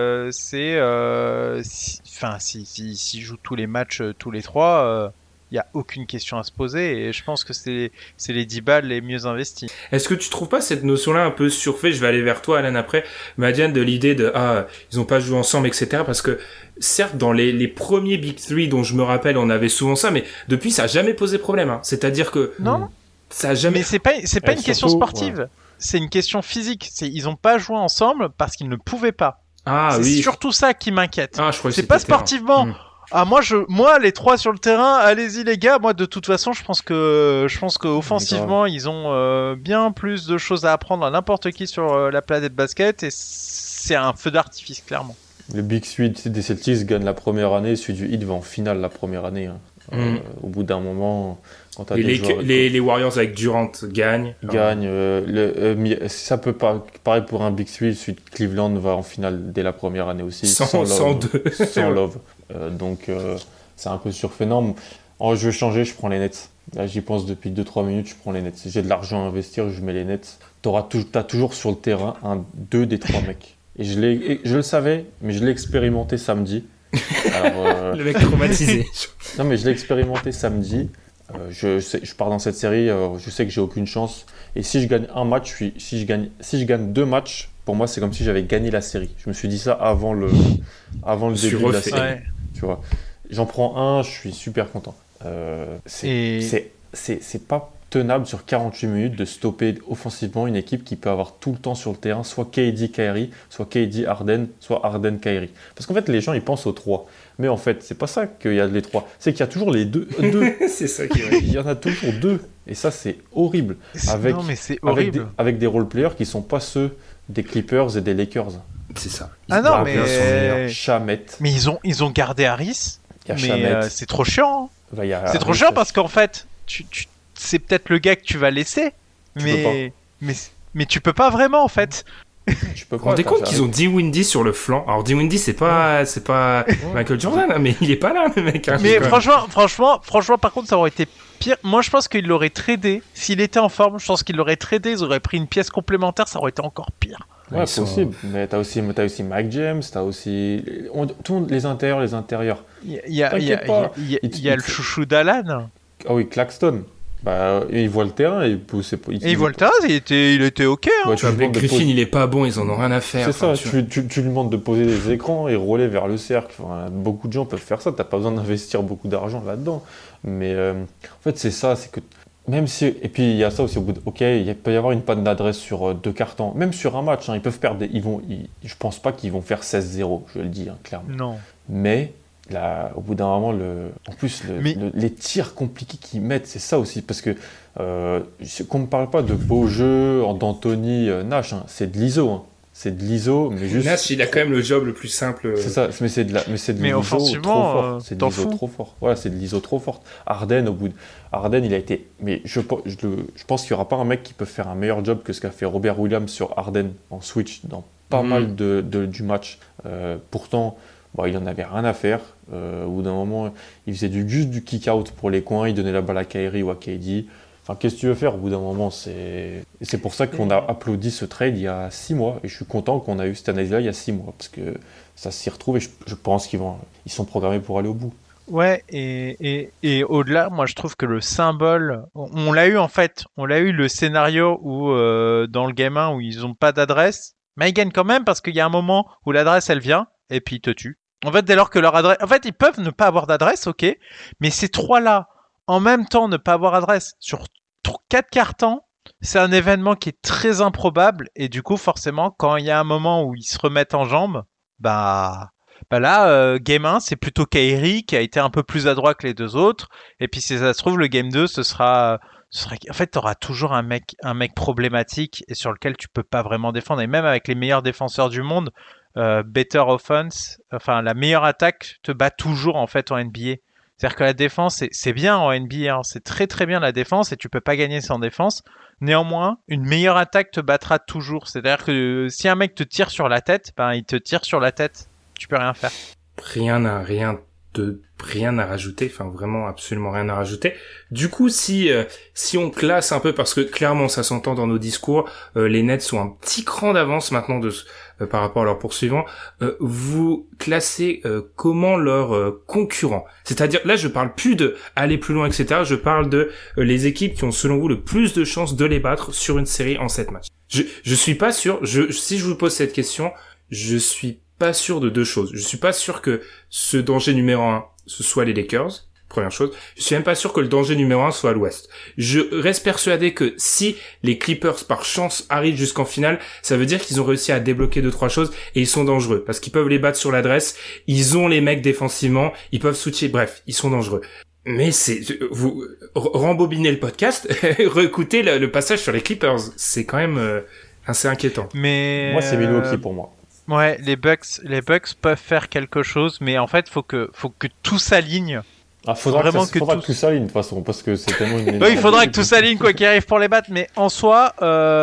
jouent tous les matchs, tous les trois, il y a aucune question à se poser. Et je pense que c'est les 10 balles les mieux investies. Est-ce que tu trouves pas cette notion-là un peu surfaite? Je vais aller vers toi, Alan, après. Madiane, de l'idée de ils ont pas joué ensemble, etc. Parce que certes, dans les premiers Big Three dont je me rappelle, on avait souvent ça, mais depuis, ça a jamais posé problème. Hein. C'est-à-dire que non. Ça a jamais. Mais c'est pas une question sportive. Ouais. C'est une question physique. Ils ont pas joué ensemble parce qu'ils ne pouvaient pas. C'est surtout ça qui m'inquiète. Je crois que c'est pas sportivement. Moi, les trois sur le terrain, allez-y les gars. Moi, de toute façon, je pense que offensivement, ils ont bien plus de choses à apprendre à n'importe qui sur la planète basket, et c'est un feu d'artifice clairement. Le Big Three des Celtics gagne la première année, celui du Heat va en finale la première année. Hein. Au bout d'un moment, quand t'as les Warriors avec Durant gagnent. Ça peut pas pareil pour un Big Three, celui de Cleveland va en finale dès la première année aussi. Sans love. Donc c'est un peu surprenant. Je vais changer, je prends les Nets. Là, j'y pense depuis 2-3 minutes, je prends les Nets. J'ai de l'argent à investir, je mets les Nets. T'as toujours sur le terrain deux des trois mecs. Et je le savais, mais je l'ai expérimenté samedi. Alors, le mec traumatisé. Non, mais je l'ai expérimenté samedi. Je pars dans cette série, je sais que j'ai aucune chance. Et si je gagne un match, si je gagne 2 matchs, pour moi, c'est comme si j'avais gagné la série. Je me suis dit ça avant le début de la série. Ouais. Tu vois, j'en prends un, je suis super content. C'est pas tenable sur 48 minutes de stopper offensivement une équipe qui peut avoir tout le temps sur le terrain, soit KD Kyrie, soit KD Harden, soit Harden Kyrie. Parce qu'en fait, les gens ils pensent aux 3. Mais en fait, c'est pas ça qu'il y a les 3. C'est qu'il y a toujours les deux. C'est ça qui est. Il y en a toujours 2. Et ça, c'est horrible. Non, mais c'est horrible. Avec des role-players qui sont pas ceux des Clippers et des Lakers. C'est ça. Chamette. Mais ils ont gardé Harris. Mais c'est trop chiant. C'est trop chiant parce qu'en fait, c'est peut-être le gars que tu vas laisser, mais tu peux pas vraiment en fait. Tu peux pas. Vous vous rendez compte qu'ils ont Dinwiddie sur le flanc? Alors Dinwiddie c'est pas Michael Jordan, hein, mais il est pas là le mec. Hein, mais franchement, par contre ça aurait été pire. Moi je pense qu'il l'aurait tradé s'il était en forme. Je pense qu'il l'aurait tradé. Ils auraient pris une pièce complémentaire, ça aurait été encore pire. Ouais, possible. Mais t'as aussi Mike James, t'as aussi les intérieurs. Il y a le chouchou d'Alan. Ah oui, Claxton. Il voit le terrain et il voit le terrain, il était ok. Hein. Ouais, avec Griffin, il est pas bon, ils en ont rien à faire. C'est ça, tu lui demandes de poser des écrans et rouler vers le cercle. Enfin, beaucoup de gens peuvent faire ça, t'as pas besoin d'investir beaucoup d'argent là-dedans. Mais en fait, c'est ça, c'est que même si. Et puis il y a ça aussi au bout de. Ok, il peut y avoir une panne d'adresse sur 2 cartons, même sur un match, hein, ils peuvent perdre. Je pense pas qu'ils vont faire 16-0, je le dis, hein, clairement. Non. Mais. Là, au bout d'un moment, les tirs compliqués qu'ils mettent, c'est ça aussi. Parce que qu'on ne parle pas de beaux jeux d'Anthony Nash, hein, c'est de l'ISO. Hein. C'est de l'ISO, mais juste. Nash, il a quand même le job le plus simple. C'est ça, mais c'est de l'ISO trop fort. C'est de l'ISO trop fort. Voilà, c'est de l'ISO trop forte. Harden, il a été. Mais je pense qu'il n'y aura pas un mec qui peut faire un meilleur job que ce qu'a fait Robert Williams sur Harden en switch dans pas mal du match. Pourtant. Il en avait rien à faire. Au bout d'un moment, il faisait juste du kick-out pour les coins, il donnait la balle à Kyrie ou à KD. Enfin, qu'est-ce que tu veux faire au bout d'un moment? C'est pour ça qu'on a applaudi ce trade il y a 6 mois. Et je suis content qu'on a eu cette analyse-là il y a 6 mois. Parce que ça s'y retrouve et je pense qu'ils sont programmés pour aller au bout. Ouais, et au-delà, moi je trouve que le symbole, on l'a eu en fait. On l'a eu le scénario où, dans le game 1 où ils n'ont pas d'adresse. Mais ils gagnent quand même parce qu'il y a un moment où l'adresse elle vient et puis ils te tuent. En fait, dès lors que leur adresse... En fait, ils peuvent ne pas avoir d'adresse, ok. Mais ces 3-là, en même temps, ne pas avoir d'adresse sur 4 cartons, c'est un événement qui est très improbable. Et du coup, forcément, quand il y a un moment où ils se remettent en jambes, là, Game 1, c'est plutôt Kyrie qui a été un peu plus adroit que les 2 autres. Et puis, si ça se trouve, le Game 2, ce sera... En fait, tu auras toujours un mec problématique et sur lequel tu peux pas vraiment défendre. Et même avec les meilleurs défenseurs du monde... better offense, enfin la meilleure attaque te bat toujours en fait en NBA. C'est-à-dire que la défense c'est bien en NBA, hein. C'est très très bien la défense et tu peux pas gagner sans défense. Néanmoins, une meilleure attaque te battra toujours. C'est-à-dire que si un mec te tire sur la tête, il te tire sur la tête. Tu peux rien faire. Rien à rajouter, enfin vraiment absolument rien à rajouter. Du coup, si on classe un peu, parce que clairement ça s'entend dans nos discours, les Nets sont un petit cran d'avance maintenant par rapport à leurs poursuivants. Vous classez comment leurs concurrents? C'est-à-dire, là je parle plus de aller plus loin, etc. Je parle de les équipes qui ont selon vous le plus de chances de les battre sur une série en 7 matchs. Je suis pas sûr, si je vous pose cette question, je suis pas sûr de deux choses. Je suis pas sûr que ce danger numéro 1, ce soit les Lakers, première chose. Je suis même pas sûr que le danger numéro 1 soit à l'ouest. Je reste persuadé que si les Clippers par chance arrivent jusqu'en finale, ça veut dire qu'ils ont réussi à débloquer 2-3 choses et ils sont dangereux parce qu'ils peuvent les battre sur l'adresse, ils ont les mecs défensivement, ils peuvent switcher, bref, ils sont dangereux. Mais vous rembobinez le podcast, réécoutez le passage sur les Clippers, c'est quand même assez inquiétant. Mais moi c'est Milwaukee pour moi. Ouais, les Bucks peuvent faire quelque chose, mais en fait, faut que tout s'aligne. Faudra vraiment que tout s'aligne de toute façon, parce que c'est tellement une... Oui, il faudra que tout s'aligne quoi qu'il arrive pour les battre, mais en soi,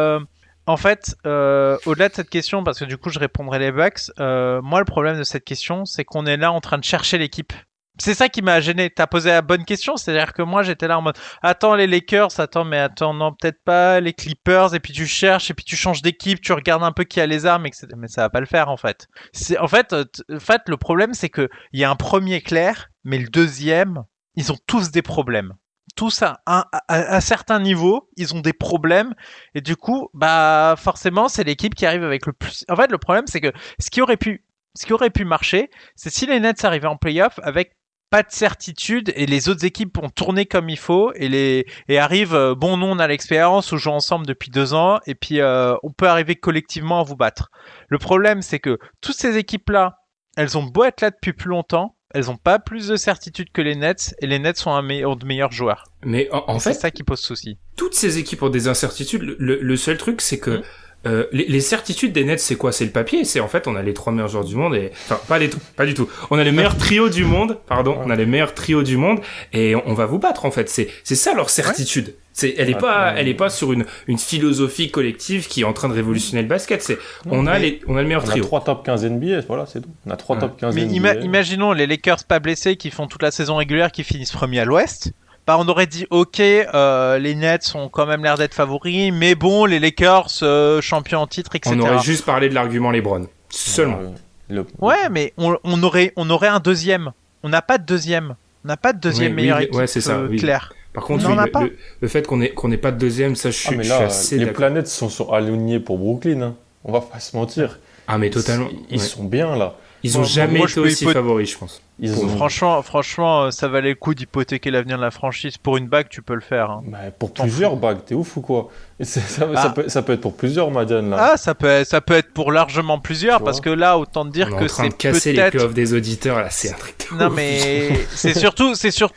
en fait, au-delà de cette question, parce que du coup, je répondrai les Bucks. Moi, le problème de cette question, c'est qu'on est là en train de chercher l'équipe. C'est ça qui m'a gêné. T'as posé la bonne question, c'est-à-dire que moi j'étais là en mode attends les Lakers, non peut-être pas les Clippers, et puis tu cherches et puis tu changes d'équipe, tu regardes un peu qui a les armes, etc. Mais ça va pas le faire en fait. En fait le problème c'est que il y a un premier clair, mais le deuxième, ils ont tous des problèmes. Tous à certains niveaux, ils ont des problèmes et du coup forcément c'est l'équipe qui arrive avec le plus. En fait le problème c'est que ce qui aurait pu marcher, c'est si les Nets arrivaient en play-off avec pas de certitude et les autres équipes ont tourné comme il faut et arrivent nous on a l'expérience, on joue ensemble depuis 2 ans et puis on peut arriver collectivement à vous battre. Le problème c'est que toutes ces équipes là, elles ont beau être là depuis plus longtemps, elles ont pas plus de certitude que les Nets et les Nets ont de meilleurs joueurs. Mais en fait, c'est ça qui pose souci. Toutes ces équipes ont des incertitudes. Le seul truc c'est que les certitudes des Nets, c'est quoi? C'est le papier. C'est en fait, on a les 3 meilleurs joueurs du monde et enfin pas du tout. On a les meilleurs trios du monde. Pardon, on a les meilleurs trios du monde et on va vous battre en fait. C'est ça leur certitude. Elle est pas sur une philosophie collective qui est en train de révolutionner le basket. On a le meilleur trio. On a 3 top 15 NBA, voilà, c'est tout. On a 3 top 15 mais NBA. Imaginons les Lakers pas blessés qui font toute la saison régulière, qui finissent premiers à l'Ouest. On aurait dit ok, les Nets ont quand même l'air d'être favoris, mais bon, les Lakers champions en titre, etc. On aurait juste parlé de l'argument LeBron seulement. Ouais, mais on aurait un deuxième. On n'a pas de deuxième. On n'a pas de deuxième meilleure équipe claire. Par contre, le fait qu'on ait pas de deuxième, ça je suis assez les d'accord. planètes sont alignées pour Brooklyn. Hein. On va pas se mentir. Ah mais totalement. Ils sont bien là. Ils ont jamais été aussi favoris, je pense. Franchement, ça valait le coup d'hypothéquer l'avenir de la franchise. Pour une bague, tu peux le faire. Hein. Pour plusieurs bagues, t'es ouf ou quoi? Ça peut être pour plusieurs, Madiane. Là. Ça peut être pour largement plusieurs, parce que là, autant te dire que c'est peut-être... On est en train de casser les playoffs des auditeurs, là, c'est un truc de Non, ouf. mais c'est surtout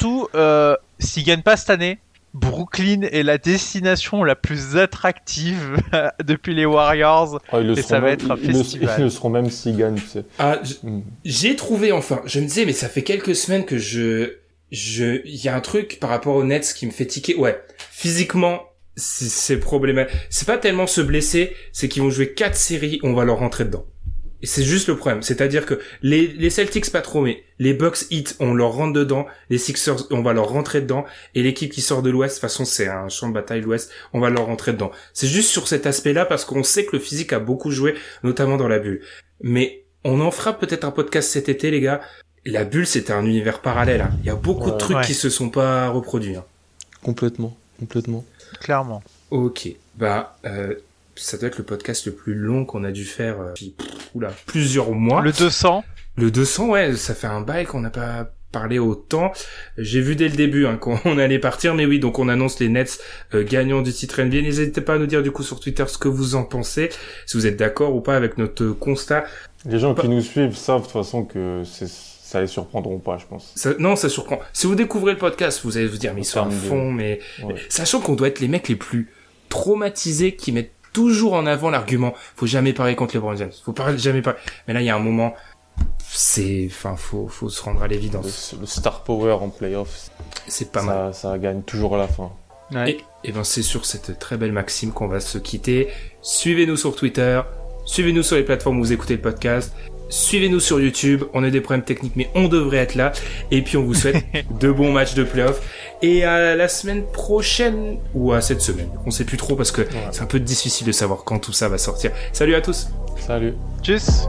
s'ils gagnent pas cette année, Brooklyn est la destination la plus attractive depuis les Warriors et ça va être un festival. Ils le seront même s'ils gagnent, tu sais. J'ai trouvé enfin, je me disais mais ça fait quelques semaines que il y a un truc par rapport aux Nets qui me fait tiquer. Ouais, physiquement c'est problématique. C'est pas tellement se blesser, c'est qu'ils vont jouer 4 séries, on va leur rentrer dedans. Et c'est juste le problème, c'est-à-dire que les Celtics pas trop, mais les Bucks hit, on leur rentre dedans, les Sixers, on va leur rentrer dedans, et l'équipe qui sort de l'Ouest, de toute façon c'est un champ de bataille l'Ouest, on va leur rentrer dedans. C'est juste sur cet aspect-là, parce qu'on sait que le physique a beaucoup joué, notamment dans la bulle. Mais on en fera peut-être un podcast cet été, les gars. La bulle, c'était un univers parallèle. Hein. Il y a beaucoup de trucs qui se sont pas reproduits. Hein. Complètement. Clairement. Ok, ça doit être le podcast le plus long qu'on a dû faire depuis plusieurs mois. Le 200. Le 200, ouais, ça fait un bail qu'on n'a pas parlé autant. J'ai vu dès le début qu'on allait partir, mais oui, donc on annonce les Nets gagnants du titre NBA. N'hésitez pas à nous dire du coup sur Twitter ce que vous en pensez, si vous êtes d'accord ou pas avec notre constat. Les gens qui nous suivent savent de toute façon que ça les surprendront pas, je pense. Ça surprend. Si vous découvrez le podcast, vous allez vous dire mais ils sont à fond, mais sachant qu'on doit être les mecs les plus traumatisés qui mettent toujours en avant l'argument faut jamais parier contre LeBron James, jamais parier. Mais là il y a un moment, faut se rendre à l'évidence. Le star power en playoff, c'est pas mal. Ça gagne toujours à la fin. Ouais. Et ben c'est sur cette très belle maxime qu'on va se quitter. Suivez-nous sur Twitter, suivez-nous sur les plateformes où vous écoutez le podcast, suivez-nous sur YouTube. On a des problèmes techniques, mais on devrait être là. Et puis on vous souhaite de bons matchs de playoff. Et à la semaine prochaine, ou à cette semaine, on sait plus trop parce que c'est un peu difficile de savoir quand tout ça va sortir. Salut à tous. Salut. Tchuss.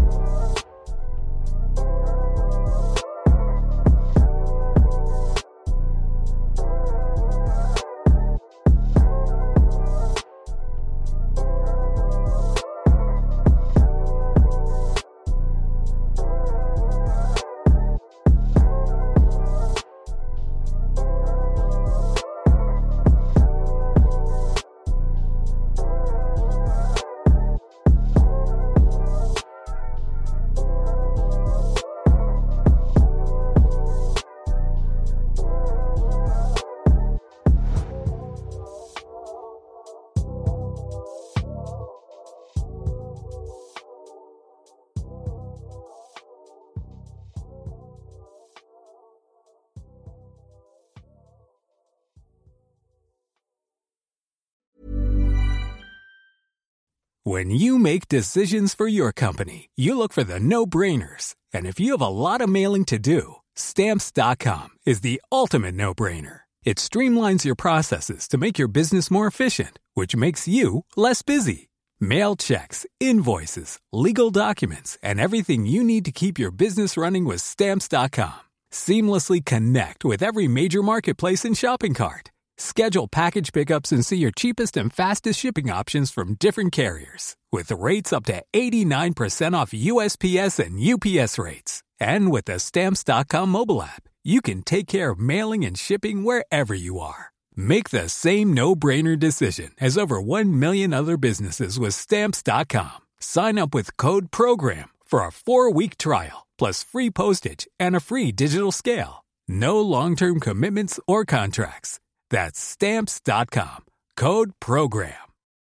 When you make decisions for your company, you look for the no-brainers. And if you have a lot of mailing to do, Stamps.com is the ultimate no-brainer. It streamlines your processes to make your business more efficient, which makes you less busy. Mail checks, invoices, legal documents, and everything you need to keep your business running with Stamps.com. Seamlessly connect with every major marketplace and shopping cart. Schedule package pickups and see your cheapest and fastest shipping options from different carriers. With rates up to 89% off USPS and UPS rates. And with the Stamps.com mobile app, you can take care of mailing and shipping wherever you are. Make the same no-brainer decision as over 1 million other businesses with Stamps.com. Sign up with code PROGRAM for a 4-week trial, plus free postage and a free digital scale. No long-term commitments or contracts. That's Stamps.com. Code PROGRAM.